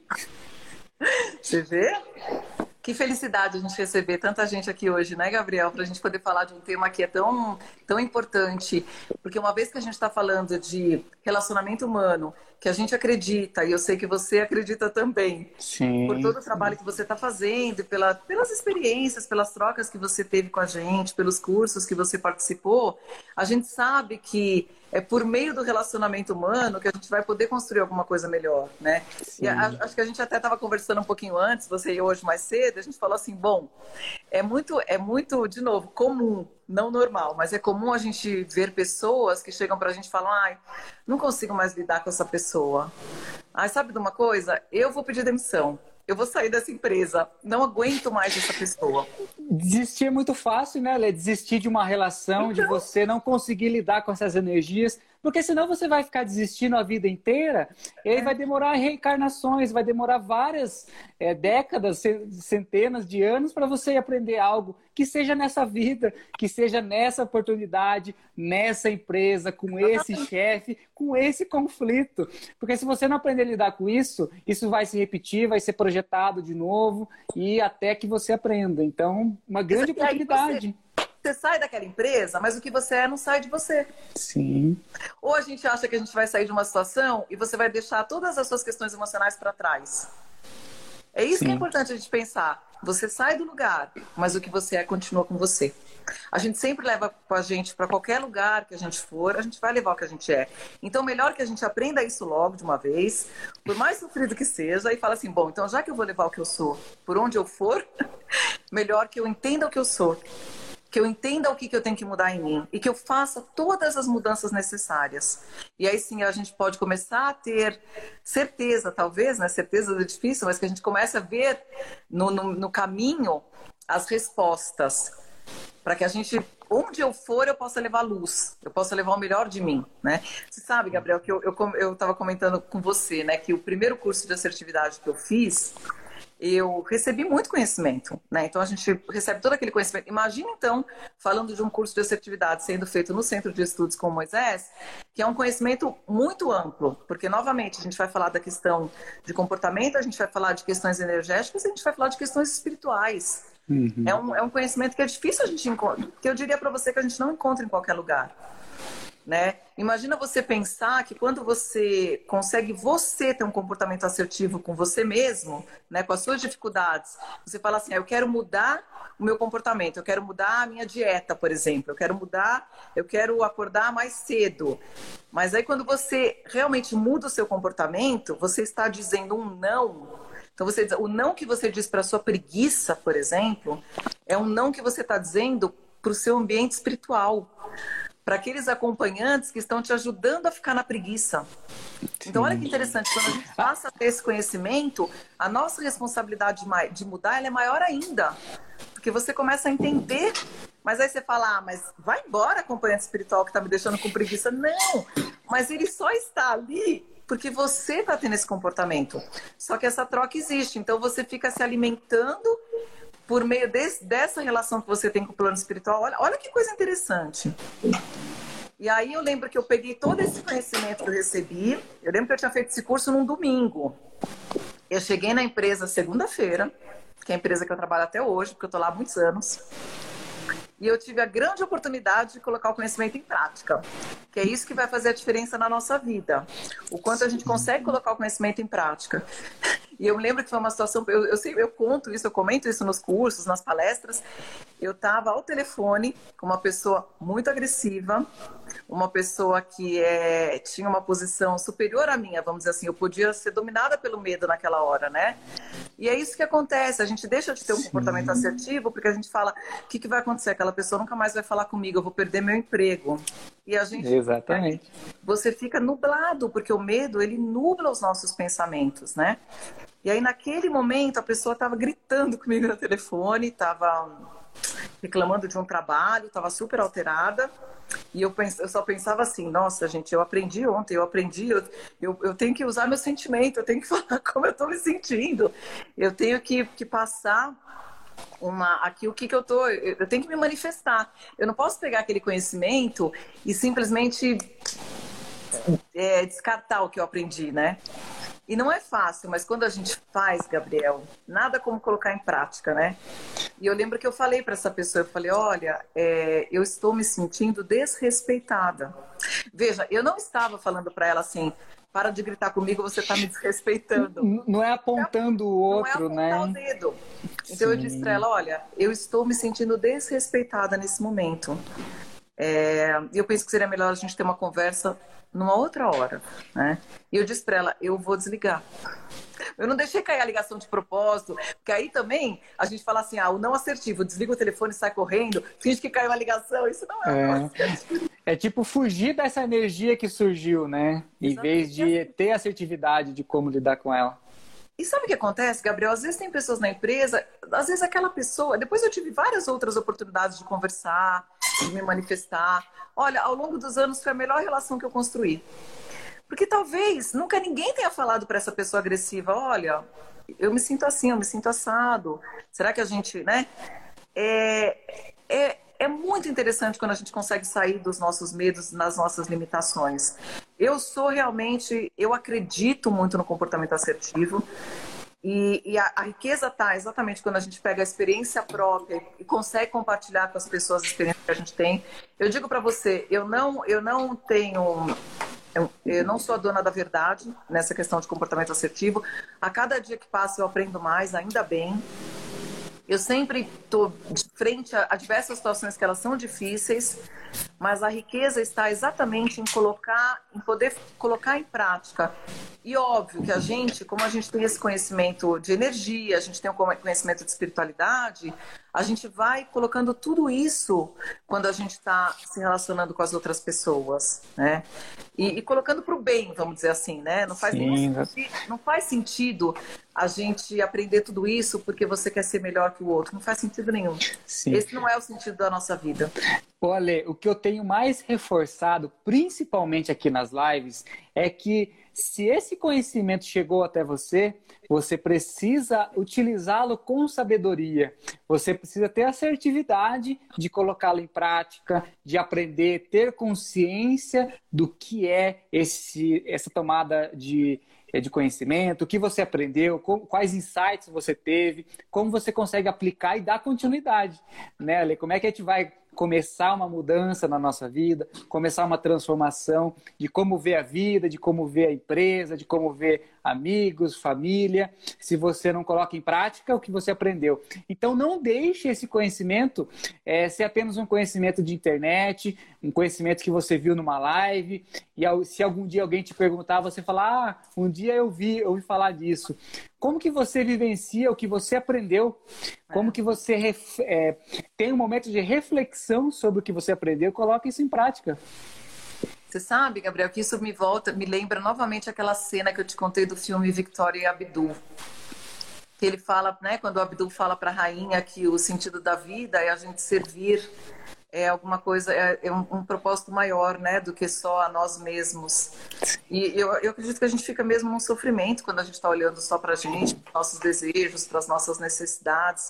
Você vê? Que felicidade a gente receber tanta gente aqui hoje, né, Gabriel? Para a gente poder falar de um tema que é tão, tão importante. Porque uma vez que a gente está falando de relacionamento humano, que a gente acredita, e eu sei que você acredita também, sim, por todo o trabalho que você está fazendo, pela, pelas experiências, pelas trocas que você teve com a gente, pelos cursos que você participou, a gente sabe que é por meio do relacionamento humano que a gente vai poder construir alguma coisa melhor, né? Sim. E a, acho que a gente até estava conversando um pouquinho antes, você e eu hoje mais cedo, a gente falou assim, bom, é muito, é muito, de novo, comum, não normal, mas é comum a gente ver pessoas que chegam pra gente e falam, ai, não consigo mais lidar com essa pessoa. Ai, sabe de uma coisa? Eu vou pedir demissão. Eu vou sair dessa empresa, não aguento mais essa pessoa. Desistir é muito fácil, né, Lê? Desistir de uma relação, então... de você não conseguir lidar com essas energias, porque senão você vai ficar desistindo a vida inteira, e aí vai demorar reencarnações, vai demorar várias é, décadas, centenas de anos para você aprender algo que seja nessa vida, que seja nessa oportunidade, nessa empresa, com esse chefe, com esse conflito. Porque se você não aprender a lidar com isso, isso vai se repetir, vai ser projetado de novo, e até que você aprenda. Então, uma grande oportunidade. Você sai daquela empresa, mas o que você é não sai de você. Sim. Ou a gente acha que a gente vai sair de uma situação e você vai deixar todas as suas questões emocionais para trás. É isso Sim. que é importante a gente pensar. Você sai do lugar, mas o que você é continua com você. A gente sempre leva com a gente para qualquer lugar que a gente for, a gente vai levar o que a gente é. Então, melhor que a gente aprenda isso logo de uma vez, por mais sofrido que seja, e fala assim, bom, então já que eu vou levar o que eu sou por onde eu for, melhor que eu entenda o que eu sou, que eu entenda o que, que eu tenho que mudar em mim e que eu faça todas as mudanças necessárias. E aí sim a gente pode começar a ter certeza, talvez, né? Certeza é difícil, mas que a gente comece a ver no, no, no caminho as respostas, para que a gente, onde eu for, eu possa levar luz, eu possa levar o melhor de mim, né? Você sabe, Gabriel, que eu eu estava comentando com você, né, que o primeiro curso de assertividade que eu fiz, eu recebi muito conhecimento, né? Então a gente recebe todo aquele conhecimento. Imagina então, falando de um curso de assertividade sendo feito no Centro de Estudos com Moisés, que é um conhecimento muito amplo, porque novamente a gente vai falar da questão de comportamento, a gente vai falar de questões energéticas, a gente vai falar de questões espirituais. Uhum. É um, é um conhecimento que é difícil a gente encontrar, que eu diria para você que a gente não encontra em qualquer lugar. Né? Imagina você pensar que quando você consegue você ter um comportamento assertivo com você mesmo, né, com as suas dificuldades, você fala assim, ah, eu quero mudar o meu comportamento, eu quero mudar a minha dieta, por exemplo, eu quero mudar, eu quero acordar mais cedo. Mas aí quando você realmente muda o seu comportamento, você está dizendo um não. Então você, o não que você diz para a sua preguiça, por exemplo, é um não que você está dizendo para o seu ambiente espiritual, para aqueles acompanhantes que estão te ajudando a ficar na preguiça. Então, olha que interessante, quando a gente passa a ter esse conhecimento, a nossa responsabilidade de mudar ela é maior ainda. Porque você começa a entender, mas aí você fala, ah, mas vai embora, acompanhante espiritual que está me deixando com preguiça. Não, mas ele só está ali porque você está tendo esse comportamento. Só que essa troca existe, então você fica se alimentando por meio desse, dessa relação que você tem com o plano espiritual. Olha, olha que coisa interessante. E aí eu lembro que eu peguei todo esse conhecimento que eu recebi, eu lembro que eu tinha feito esse curso num domingo. Eu cheguei na empresa segunda-feira, que é a empresa que eu trabalho até hoje, porque eu estou lá há muitos anos. E eu tive a grande oportunidade de colocar o conhecimento em prática, que é isso que vai fazer a diferença na nossa vida. O quanto a gente consegue colocar o conhecimento em prática. E eu me lembro que foi uma situação, eu, eu, sei, eu conto isso, eu comento isso nos cursos, nas palestras. Eu estava ao telefone com uma pessoa muito agressiva, uma pessoa que é, tinha uma posição superior à minha, vamos dizer assim. Eu podia ser dominada pelo medo naquela hora, né? E é isso que acontece, a gente deixa de ter um comportamento assertivo porque a gente fala, o que, que vai acontecer? Aquela pessoa nunca mais vai falar comigo, eu vou perder meu emprego. E a gente... Exatamente. Você fica nublado, porque o medo, ele nubla os nossos pensamentos, né? E aí, naquele momento, a pessoa estava gritando comigo no telefone, estava reclamando de um trabalho, estava super alterada. E eu, pens... eu só pensava assim, nossa, gente, eu aprendi ontem, eu aprendi, eu, eu, eu tenho que usar meu sentimento, eu tenho que falar como eu estou me sentindo. Eu tenho que, que passar uma, aqui o que, que eu tô, eu tenho que me manifestar. Eu não posso pegar aquele conhecimento e simplesmente é, descartar o que eu aprendi, né? E não é fácil, mas quando a gente faz, Gabriel, nada como colocar em prática, né? E eu lembro que eu falei para essa pessoa, eu falei, olha, é, eu estou me sentindo desrespeitada. Veja, eu não estava falando para ela assim, para de gritar comigo, você está me desrespeitando. Não é apontando o outro, né? Não é apontar né? o dedo. Então Sim. Eu disse para ela, olha, eu estou me sentindo desrespeitada nesse momento. É, eu penso que seria melhor a gente ter uma conversa numa outra hora, né? E eu disse para ela, eu vou desligar. Eu não deixei cair a ligação de propósito, porque aí também a gente fala assim, ah, o não assertivo, desliga o telefone e sai correndo, finge que caiu a ligação, isso não é, é. É tipo fugir dessa energia que surgiu, né? Em Exatamente. Vez de ter assertividade de como lidar com ela. E sabe o que acontece, Gabriel? Às vezes tem pessoas na empresa, às vezes aquela pessoa... Depois eu tive várias outras oportunidades de conversar, de me manifestar. Olha, ao longo dos anos foi a melhor relação que eu construí. Porque talvez nunca ninguém tenha falado para essa pessoa agressiva, olha, eu me sinto assim, eu me sinto assado. Será que a gente, né? É, é, é muito interessante quando a gente consegue sair dos nossos medos, nas nossas limitações. Eu sou realmente, eu acredito muito no comportamento assertivo. E, e a, a riqueza está exatamente quando a gente pega a experiência própria e consegue compartilhar com as pessoas a experiência que a gente tem. Eu digo para você, eu não, eu não tenho... Eu, eu não sou a dona da verdade nessa questão de comportamento assertivo. A cada dia que passa eu aprendo mais, ainda bem. Eu sempre estou frente a, a diversas situações que elas são difíceis, mas a riqueza está exatamente em colocar, em poder colocar em prática. E óbvio que a gente, como a gente tem esse conhecimento de energia, a gente tem um conhecimento de espiritualidade, a gente vai colocando tudo isso quando a gente está se relacionando com as outras pessoas, né? E, e colocando para o bem, vamos dizer assim, né? Não faz, nenhum sentido, não faz sentido a gente aprender tudo isso porque você quer ser melhor que o outro. Não faz sentido nenhum. Sim. Esse não é o sentido da nossa vida. Olha, o que eu tenho mais reforçado, principalmente aqui nas lives, é que se esse conhecimento chegou até você, você precisa utilizá-lo com sabedoria. Você precisa ter assertividade de colocá-lo em prática, de aprender, ter consciência do que é esse, essa tomada de, de conhecimento, o que você aprendeu, quais insights você teve, como você consegue aplicar e dar continuidade, né, Ale? Como é que a gente vai começar uma mudança na nossa vida, começar uma transformação de como ver a vida, de como ver a empresa, de como ver amigos, família, se você não coloca em prática o que você aprendeu. Então não deixe esse conhecimento é, ser apenas um conhecimento de internet, um conhecimento que você viu numa live, e se algum dia alguém te perguntar, você falar, ah, um dia eu vi, eu ouvi falar disso. Como que você vivencia o que você aprendeu? Como que você ref, é, tem um momento de reflexão sobre o que você aprendeu? Coloque isso em prática. Você sabe, Gabriel, que isso me volta, me lembra novamente aquela cena que eu te contei do filme Victoria e Abdul. Que ele fala, né, quando o Abdul fala para a rainha que o sentido da vida é a gente servir, é alguma coisa, é, é um, um propósito maior, né, do que só a nós mesmos. E eu, eu acredito que a gente fica mesmo num sofrimento quando a gente está olhando só para a gente, para os nossos desejos, para as nossas necessidades.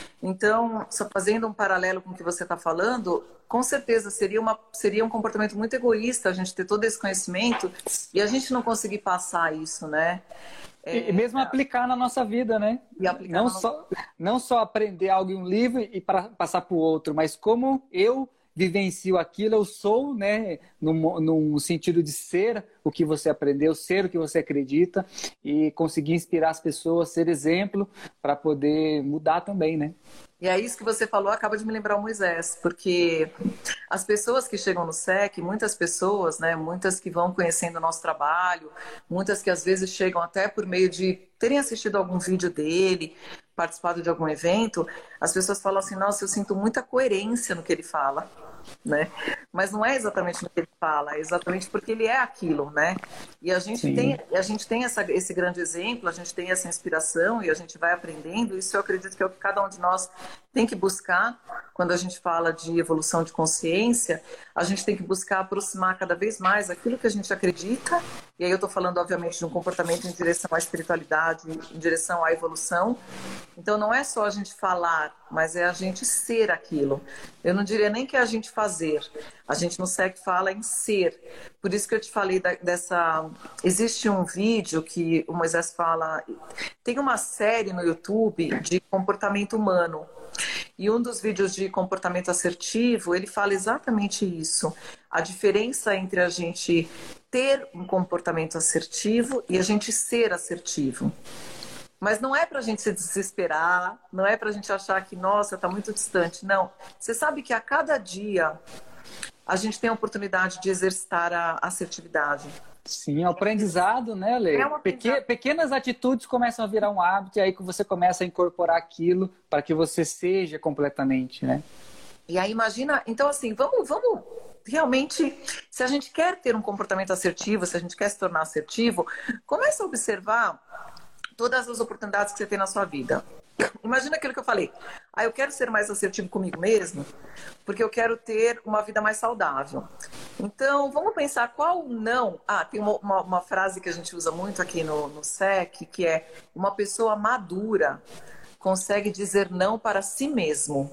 Então, só fazendo um paralelo com o que você está falando, com certeza seria, uma, seria um comportamento muito egoísta a gente ter todo esse conhecimento e a gente não conseguir passar isso, né? É, e mesmo aplicar na nossa vida, né? Não, no... só, não só aprender algo em um livro e para passar para o outro, mas como eu vivencio aquilo, eu sou, né, num, num sentido de ser o que você aprendeu, ser o que você acredita e conseguir inspirar as pessoas, ser exemplo para poder mudar também, né? E é isso que você falou, acaba de me lembrar o Moisés, porque as pessoas que chegam no S E C, muitas pessoas, né, muitas que vão conhecendo o nosso trabalho, muitas que às vezes chegam até por meio de terem assistido algum vídeo dele, participado de algum evento, as pessoas falam assim, nossa, eu sinto muita coerência no que ele fala, né? Mas não é exatamente no que ele fala, é exatamente porque ele é aquilo, né? E a gente Sim. tem, a gente tem essa, esse grande exemplo, a gente tem essa inspiração e a gente vai aprendendo, isso eu acredito que é o que cada um de nós tem que buscar quando a gente fala de evolução de consciência, a gente tem que buscar aproximar cada vez mais aquilo que a gente acredita, e aí eu estou falando obviamente de um comportamento em direção à espiritualidade, em direção à evolução. Então não é só a gente falar, mas é a gente ser aquilo. Eu não diria nem que é a gente fazer, a gente no S E C fala em ser. Por isso que eu te falei da, dessa... Existe um vídeo que o Moisés fala... Tem uma série no YouTube de comportamento humano. E um dos vídeos de comportamento assertivo, ele fala exatamente isso. A diferença entre a gente ter um comportamento assertivo e a gente ser assertivo. Mas não é para a gente se desesperar, não é para a gente achar que, nossa, está muito distante. Não. Você sabe que a cada dia a gente tem a oportunidade de exercitar a assertividade. Sim, é um aprendizado, né, Lê? É um aprendizado. Peque, pequenas atitudes começam a virar um hábito e aí que você começa a incorporar aquilo para que você seja completamente, né? E aí imagina, então assim, vamos, vamos realmente, se a gente quer ter um comportamento assertivo, se a gente quer se tornar assertivo, comece a observar todas as oportunidades que você tem na sua vida. Imagina aquilo que eu falei. Ah, eu quero ser mais assertivo comigo mesmo, porque eu quero ter uma vida mais saudável. Então, vamos pensar qual não... Ah, tem uma, uma, uma frase que a gente usa muito aqui no, no S E C, que é: uma pessoa madura consegue dizer não para si mesmo.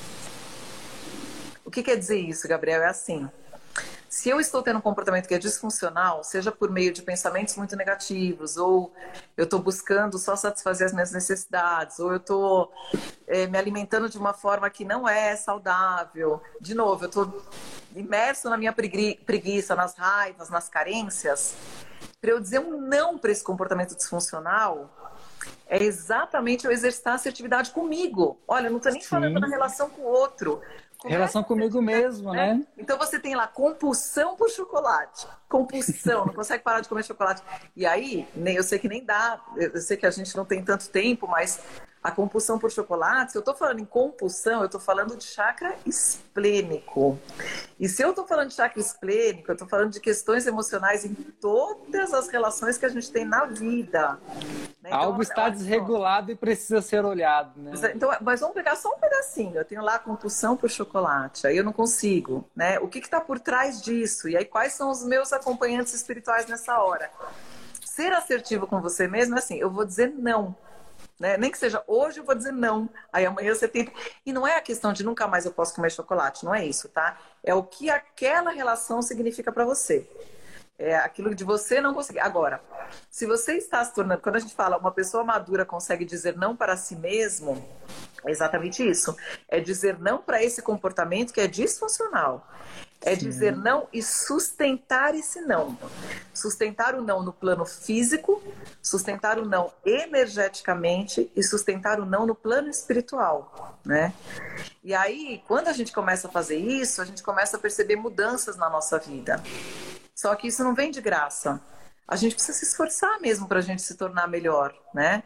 O que quer dizer isso, Gabriel? É assim... Se eu estou tendo um comportamento que é disfuncional, seja por meio de pensamentos muito negativos, ou eu estou buscando só satisfazer as minhas necessidades, ou eu estou é, me alimentando de uma forma que não é saudável, de novo, eu estou imerso na minha pregui- preguiça, nas raivas, nas carências, para eu dizer um não para esse comportamento disfuncional, é exatamente eu exercitar assertividade comigo. Olha, eu não estou nem Sim. falando na relação com o outro. Relação comigo mesmo, né? né? Então você tem lá compulsão por chocolate. Compulsão, não consegue parar de comer chocolate. E aí, nem, eu sei que nem dá, eu sei que a gente não tem tanto tempo, mas a compulsão por chocolate, se eu estou falando em compulsão, eu estou falando de chakra esplênico. E se eu estou falando de chakra esplênico, eu estou falando de questões emocionais em todas as relações que a gente tem na vida. Né? Então, algo está olha, desregulado e precisa ser olhado, né? Então, mas vamos pegar só um pedacinho. Eu tenho lá a compulsão por chocolate, aí eu não consigo, né? O que está por trás disso? E aí quais são os meus acompanhantes espirituais nessa hora? Ser assertivo com você mesmo é assim, eu vou dizer não. Né? Nem que seja hoje eu vou dizer não, aí amanhã você tenta. E não é a questão de nunca mais eu posso comer chocolate, não é isso, tá? É o que aquela relação significa para você. É aquilo de você não conseguir. Agora, se você está se tornando... Quando a gente fala uma pessoa madura consegue dizer não para si mesmo, é exatamente isso. É dizer não para esse comportamento que é disfuncional. É Sim. dizer não e sustentar esse não. Sustentar o não no plano físico, sustentar o não energeticamente e sustentar o não no plano espiritual, né? E aí, quando a gente começa a fazer isso, a gente começa a perceber mudanças na nossa vida. Só que isso não vem de graça. A gente precisa se esforçar mesmo para a gente se tornar melhor, né?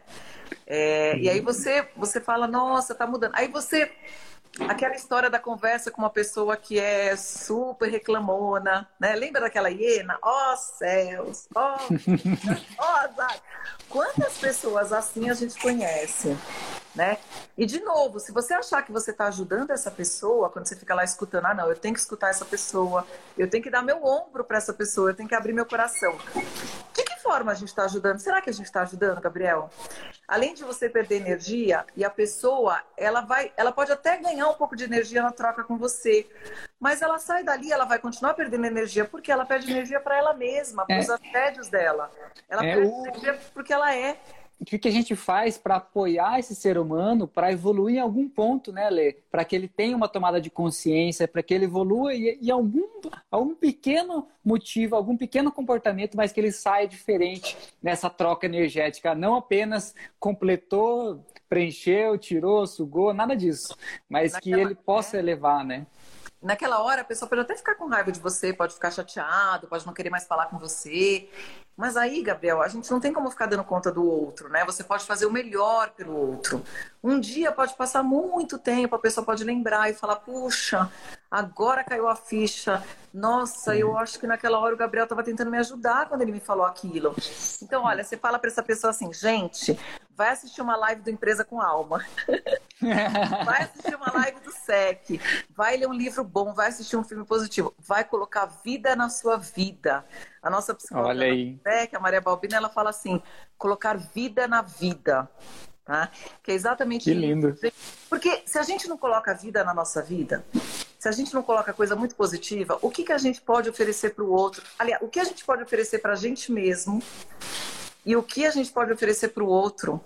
É, e aí você, você fala, nossa, tá mudando. Aí você... Aquela história da conversa com uma pessoa que é super reclamona, né? Lembra daquela hiena? Ó oh, céus! Ó oh, oh, azar! Quantas pessoas assim a gente conhece, né? E de novo, se você achar que você está ajudando essa pessoa, quando você fica lá escutando, ah não, eu tenho que escutar essa pessoa, eu tenho que dar meu ombro para essa pessoa, eu tenho que abrir meu coração. De que forma a gente está ajudando? Será que a gente está ajudando, Gabriel? Além de você perder energia, e a pessoa, ela vai, ela pode até ganhar um pouco de energia na troca com você, mas ela sai dali, ela vai continuar perdendo energia, porque ela perde energia para ela mesma, para os é. assédios dela. Ela é perde o... energia porque ela é. O que a gente faz para apoiar esse ser humano para evoluir em algum ponto, né, Lê? Para que ele tenha uma tomada de consciência, para que ele evolua e, e algum, algum pequeno motivo, algum pequeno comportamento, mas que ele saia diferente nessa troca energética. Não apenas completou, preencheu, tirou, sugou, nada disso. Mas Naquela... que ele possa elevar, né? Naquela hora, a pessoa pode até ficar com raiva de você, pode ficar chateado, pode não querer mais falar com você. Mas aí, Gabriel, a gente não tem como ficar dando conta do outro, né? Você pode fazer o melhor pelo outro. Um dia pode passar muito tempo, a pessoa pode lembrar e falar, puxa, agora caiu a ficha. Nossa, eu acho que naquela hora o Gabriel estava tentando me ajudar quando ele me falou aquilo. Então, olha, você fala para essa pessoa assim, gente, vai assistir uma live do Empresa com Alma. Vai assistir uma live do S E C. Vai ler um livro bom, vai assistir um filme positivo. Vai colocar vida na sua vida. A nossa psicóloga, olha aí. S E C, a Maria Balbina, ela fala assim, colocar vida na vida. Tá? Que é exatamente que lindo. Isso. Porque se a gente não coloca vida na nossa vida, se a gente não coloca coisa muito positiva, o que, que a gente pode oferecer para o outro? Aliás, o que a gente pode oferecer para a gente mesmo e o que a gente pode oferecer para o outro?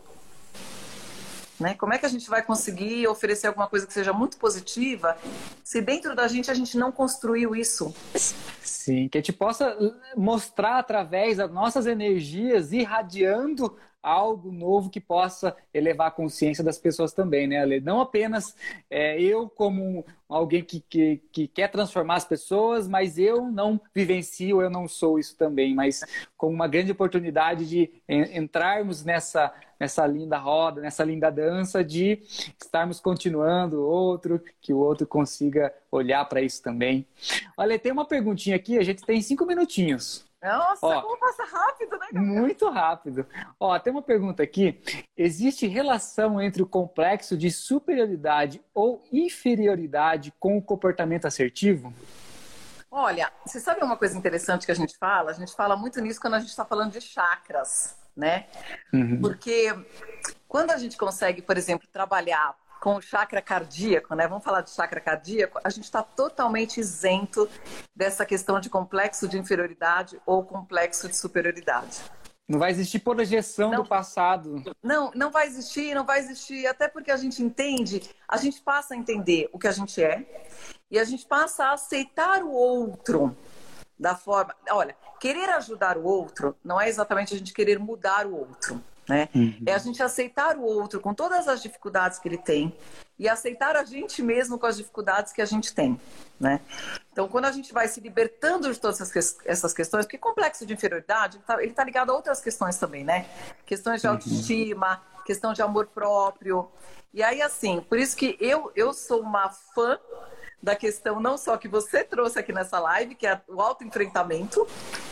Né? Como é que a gente vai conseguir oferecer alguma coisa que seja muito positiva se dentro da gente a gente não construiu isso? Sim, que a gente possa mostrar através das nossas energias, irradiando algo novo que possa elevar a consciência das pessoas também, né, Ale? Não apenas é, eu como alguém que, que, que quer transformar as pessoas, mas eu não vivencio, eu não sou isso também, mas com uma grande oportunidade de entrarmos nessa, nessa linda roda, nessa linda dança, de estarmos continuando o outro, que o outro consiga olhar para isso também. Olha, tem uma perguntinha aqui, a gente tem cinco minutinhos. Nossa, ó, como passa rápido, né, Gabriel? Muito rápido. Ó, tem uma pergunta aqui. Existe relação entre o complexo de superioridade ou inferioridade com o comportamento assertivo? Olha, você sabe uma coisa interessante que a gente fala? A gente fala muito nisso quando a gente está falando de chakras, né? Uhum. Porque quando a gente consegue, por exemplo, trabalhar com o chakra cardíaco, né? Vamos falar de chakra cardíaco, a gente está totalmente isento dessa questão de complexo de inferioridade ou complexo de superioridade. Não vai existir projeção não, do passado. Não, não vai existir, não vai existir, até porque a gente entende, a gente passa a entender o que a gente é e a gente passa a aceitar o outro da forma... Olha, querer ajudar o outro não é exatamente a gente querer mudar o outro. né? Uhum. É a gente aceitar o outro com todas as dificuldades que ele tem e aceitar a gente mesmo com as dificuldades que a gente tem, né? Então, quando a gente vai se libertando de todas essas questões, porque complexo de inferioridade, ele está ligado a outras questões também, né? Questões de autoestima, uhum. questão de amor próprio. E aí, assim, por isso que eu, eu sou uma fã da questão não só que você trouxe aqui nessa live, que é o autoenfrentamento.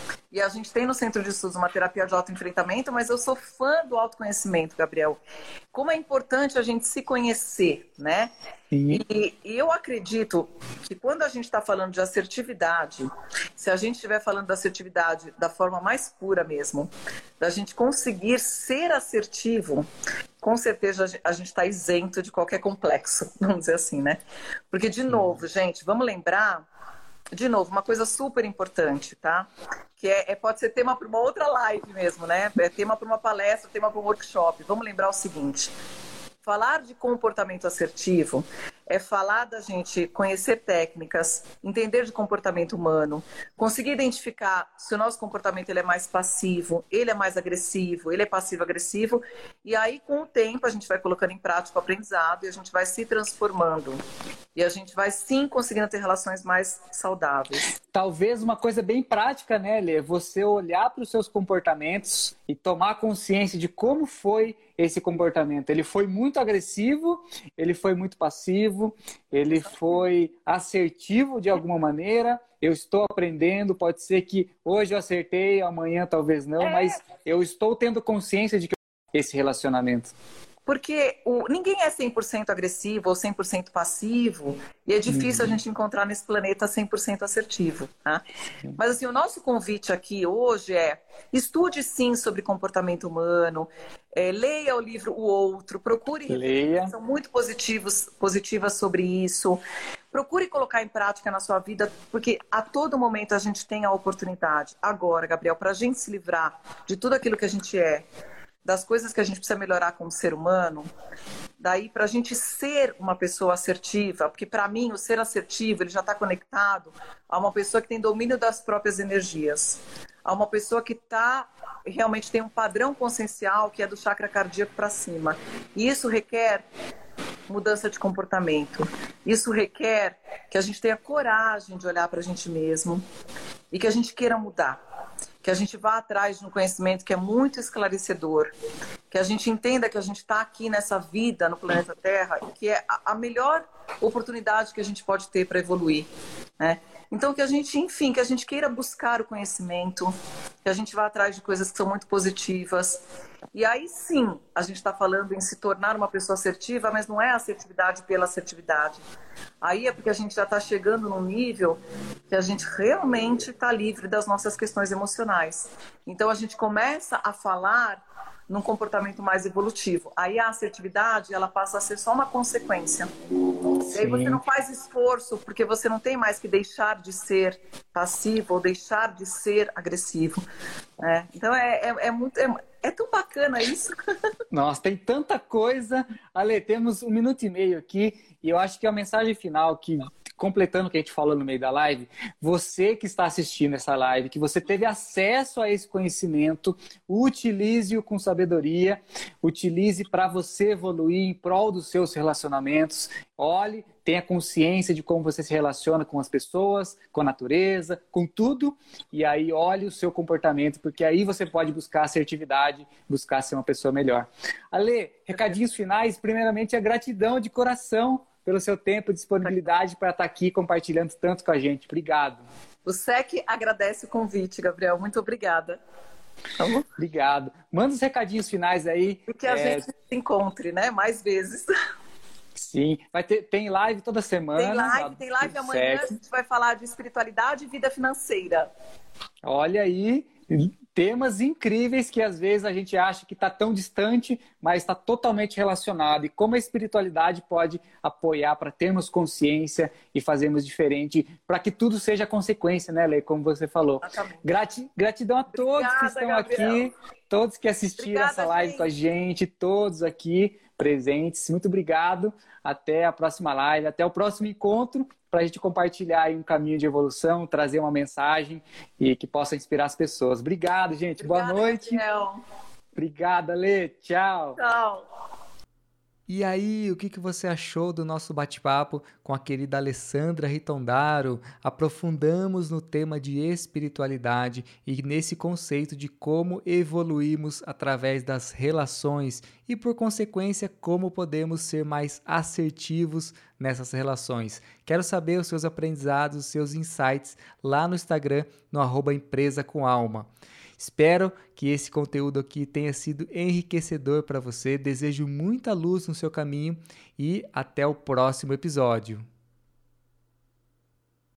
E a gente tem no Centro de Estudos uma terapia de autoenfrentamento, mas eu sou fã do autoconhecimento, Gabriel. Como é importante a gente se conhecer, né? E, e eu acredito que quando a gente está falando de assertividade, se a gente estiver falando da assertividade da forma mais pura mesmo, da gente conseguir ser assertivo, com certeza a gente está isento de qualquer complexo, vamos dizer assim, né? Porque, de novo, gente, vamos lembrar, de novo, uma coisa super importante, tá? Que é, é, pode ser tema para uma outra live mesmo, né? É tema para uma palestra, tema para um workshop. Vamos lembrar o seguinte: falar de comportamento assertivo é falar da gente conhecer técnicas, entender de comportamento humano, conseguir identificar se o nosso comportamento ele é mais passivo, ele é mais agressivo, ele é passivo-agressivo, e aí com o tempo a gente vai colocando em prática o aprendizado e a gente vai se transformando. E a gente vai sim conseguindo ter relações mais saudáveis. Talvez uma coisa bem prática, né, Lê? Você olhar para os seus comportamentos e tomar consciência de como foi esse comportamento. Ele foi muito agressivo, ele foi muito passivo, ele foi assertivo de alguma maneira. Eu estou aprendendo, pode ser que hoje eu acertei, amanhã talvez não, é. mas eu estou tendo consciência de que esse relacionamento. Porque o, ninguém é cem por cento agressivo ou cem por cento passivo, e é difícil uhum. a gente encontrar nesse planeta cem por cento assertivo. Tá? Mas assim, o nosso convite aqui hoje é: estude sim sobre comportamento humano, é, leia o livro O Outro, procure referências são muito positivos, positivas sobre isso, procure colocar em prática na sua vida, porque a todo momento a gente tem a oportunidade. Agora, Gabriel, para a gente se livrar de tudo aquilo que a gente é, das coisas que a gente precisa melhorar como ser humano, daí para a gente ser uma pessoa assertiva, porque para mim o ser assertivo ele já está conectado a uma pessoa que tem domínio das próprias energias, a uma pessoa que tá, realmente tem um padrão consciencial que é do chakra cardíaco para cima. E isso requer mudança de comportamento. Isso requer que a gente tenha coragem de olhar para a gente mesmo e que a gente queira mudar. Que a gente vá atrás de um conhecimento que é muito esclarecedor, que a gente entenda que a gente está aqui nessa vida no planeta Terra, que é a melhor oportunidade que a gente pode ter para evoluir, né? Então que a gente, enfim, que a gente queira buscar o conhecimento, que a gente vá atrás de coisas que são muito positivas. E aí sim, a gente está falando em se tornar uma pessoa assertiva, mas não é assertividade pela assertividade. Aí é porque a gente já está chegando num nível que a gente realmente está livre das nossas questões emocionais. Então a gente começa a falar num comportamento mais evolutivo. Aí a assertividade, ela passa a ser só uma consequência. Sim. E aí você não faz esforço, porque você não tem mais que deixar de ser passivo ou deixar de ser agressivo. É, então é, é, é muito... É, é tão bacana isso. Nossa, tem tanta coisa. Ale, temos um minuto e meio aqui e eu acho que a mensagem final, que completando o que a gente falou no meio da live, você que está assistindo essa live, que você teve acesso a esse conhecimento, utilize-o com sabedoria, utilize para você evoluir em prol dos seus relacionamentos. Olhe, tenha consciência de como você se relaciona com as pessoas, com a natureza, com tudo, e aí olhe o seu comportamento, porque aí você pode buscar assertividade, buscar ser uma pessoa melhor. Ale, recadinhos finais, primeiramente a gratidão de coração pelo seu tempo e disponibilidade para estar aqui compartilhando tanto com a gente. Obrigado. O S E C agradece o convite, Gabriel. Muito obrigada. Vamos? Obrigado. Manda os recadinhos finais aí. E que a é... gente se encontre, né? Mais vezes. Sim. Vai ter, tem live toda semana. Tem live, tem live amanhã. A gente vai falar de espiritualidade e vida financeira. Olha aí. Temas incríveis que às vezes a gente acha que está tão distante, mas está totalmente relacionado. E como a espiritualidade pode apoiar para termos consciência e fazermos diferente, para que tudo seja consequência, né, Lê? Como você falou. Grati, gratidão a todos Obrigada, que estão Gabriel. aqui, todos que assistiram Obrigada, essa live gente. com a gente, todos aqui presentes. Muito obrigado. Até a próxima live, até o próximo encontro, para a gente compartilhar aí um caminho de evolução, trazer uma mensagem e que possa inspirar as pessoas. Obrigado, gente. Obrigada, Boa noite. Gabriel. Obrigado, Ale. Tchau. Tchau. E aí, o que, que você achou do nosso bate-papo com a querida Alessandra Ritondaro? Aprofundamos no tema de espiritualidade e nesse conceito de como evoluímos através das relações e, por consequência, como podemos ser mais assertivos nessas relações. Quero saber os seus aprendizados, os seus insights lá no Instagram, no arroba Empresa com Alma. Espero que esse conteúdo aqui tenha sido enriquecedor para você. Desejo muita luz no seu caminho e até o próximo episódio.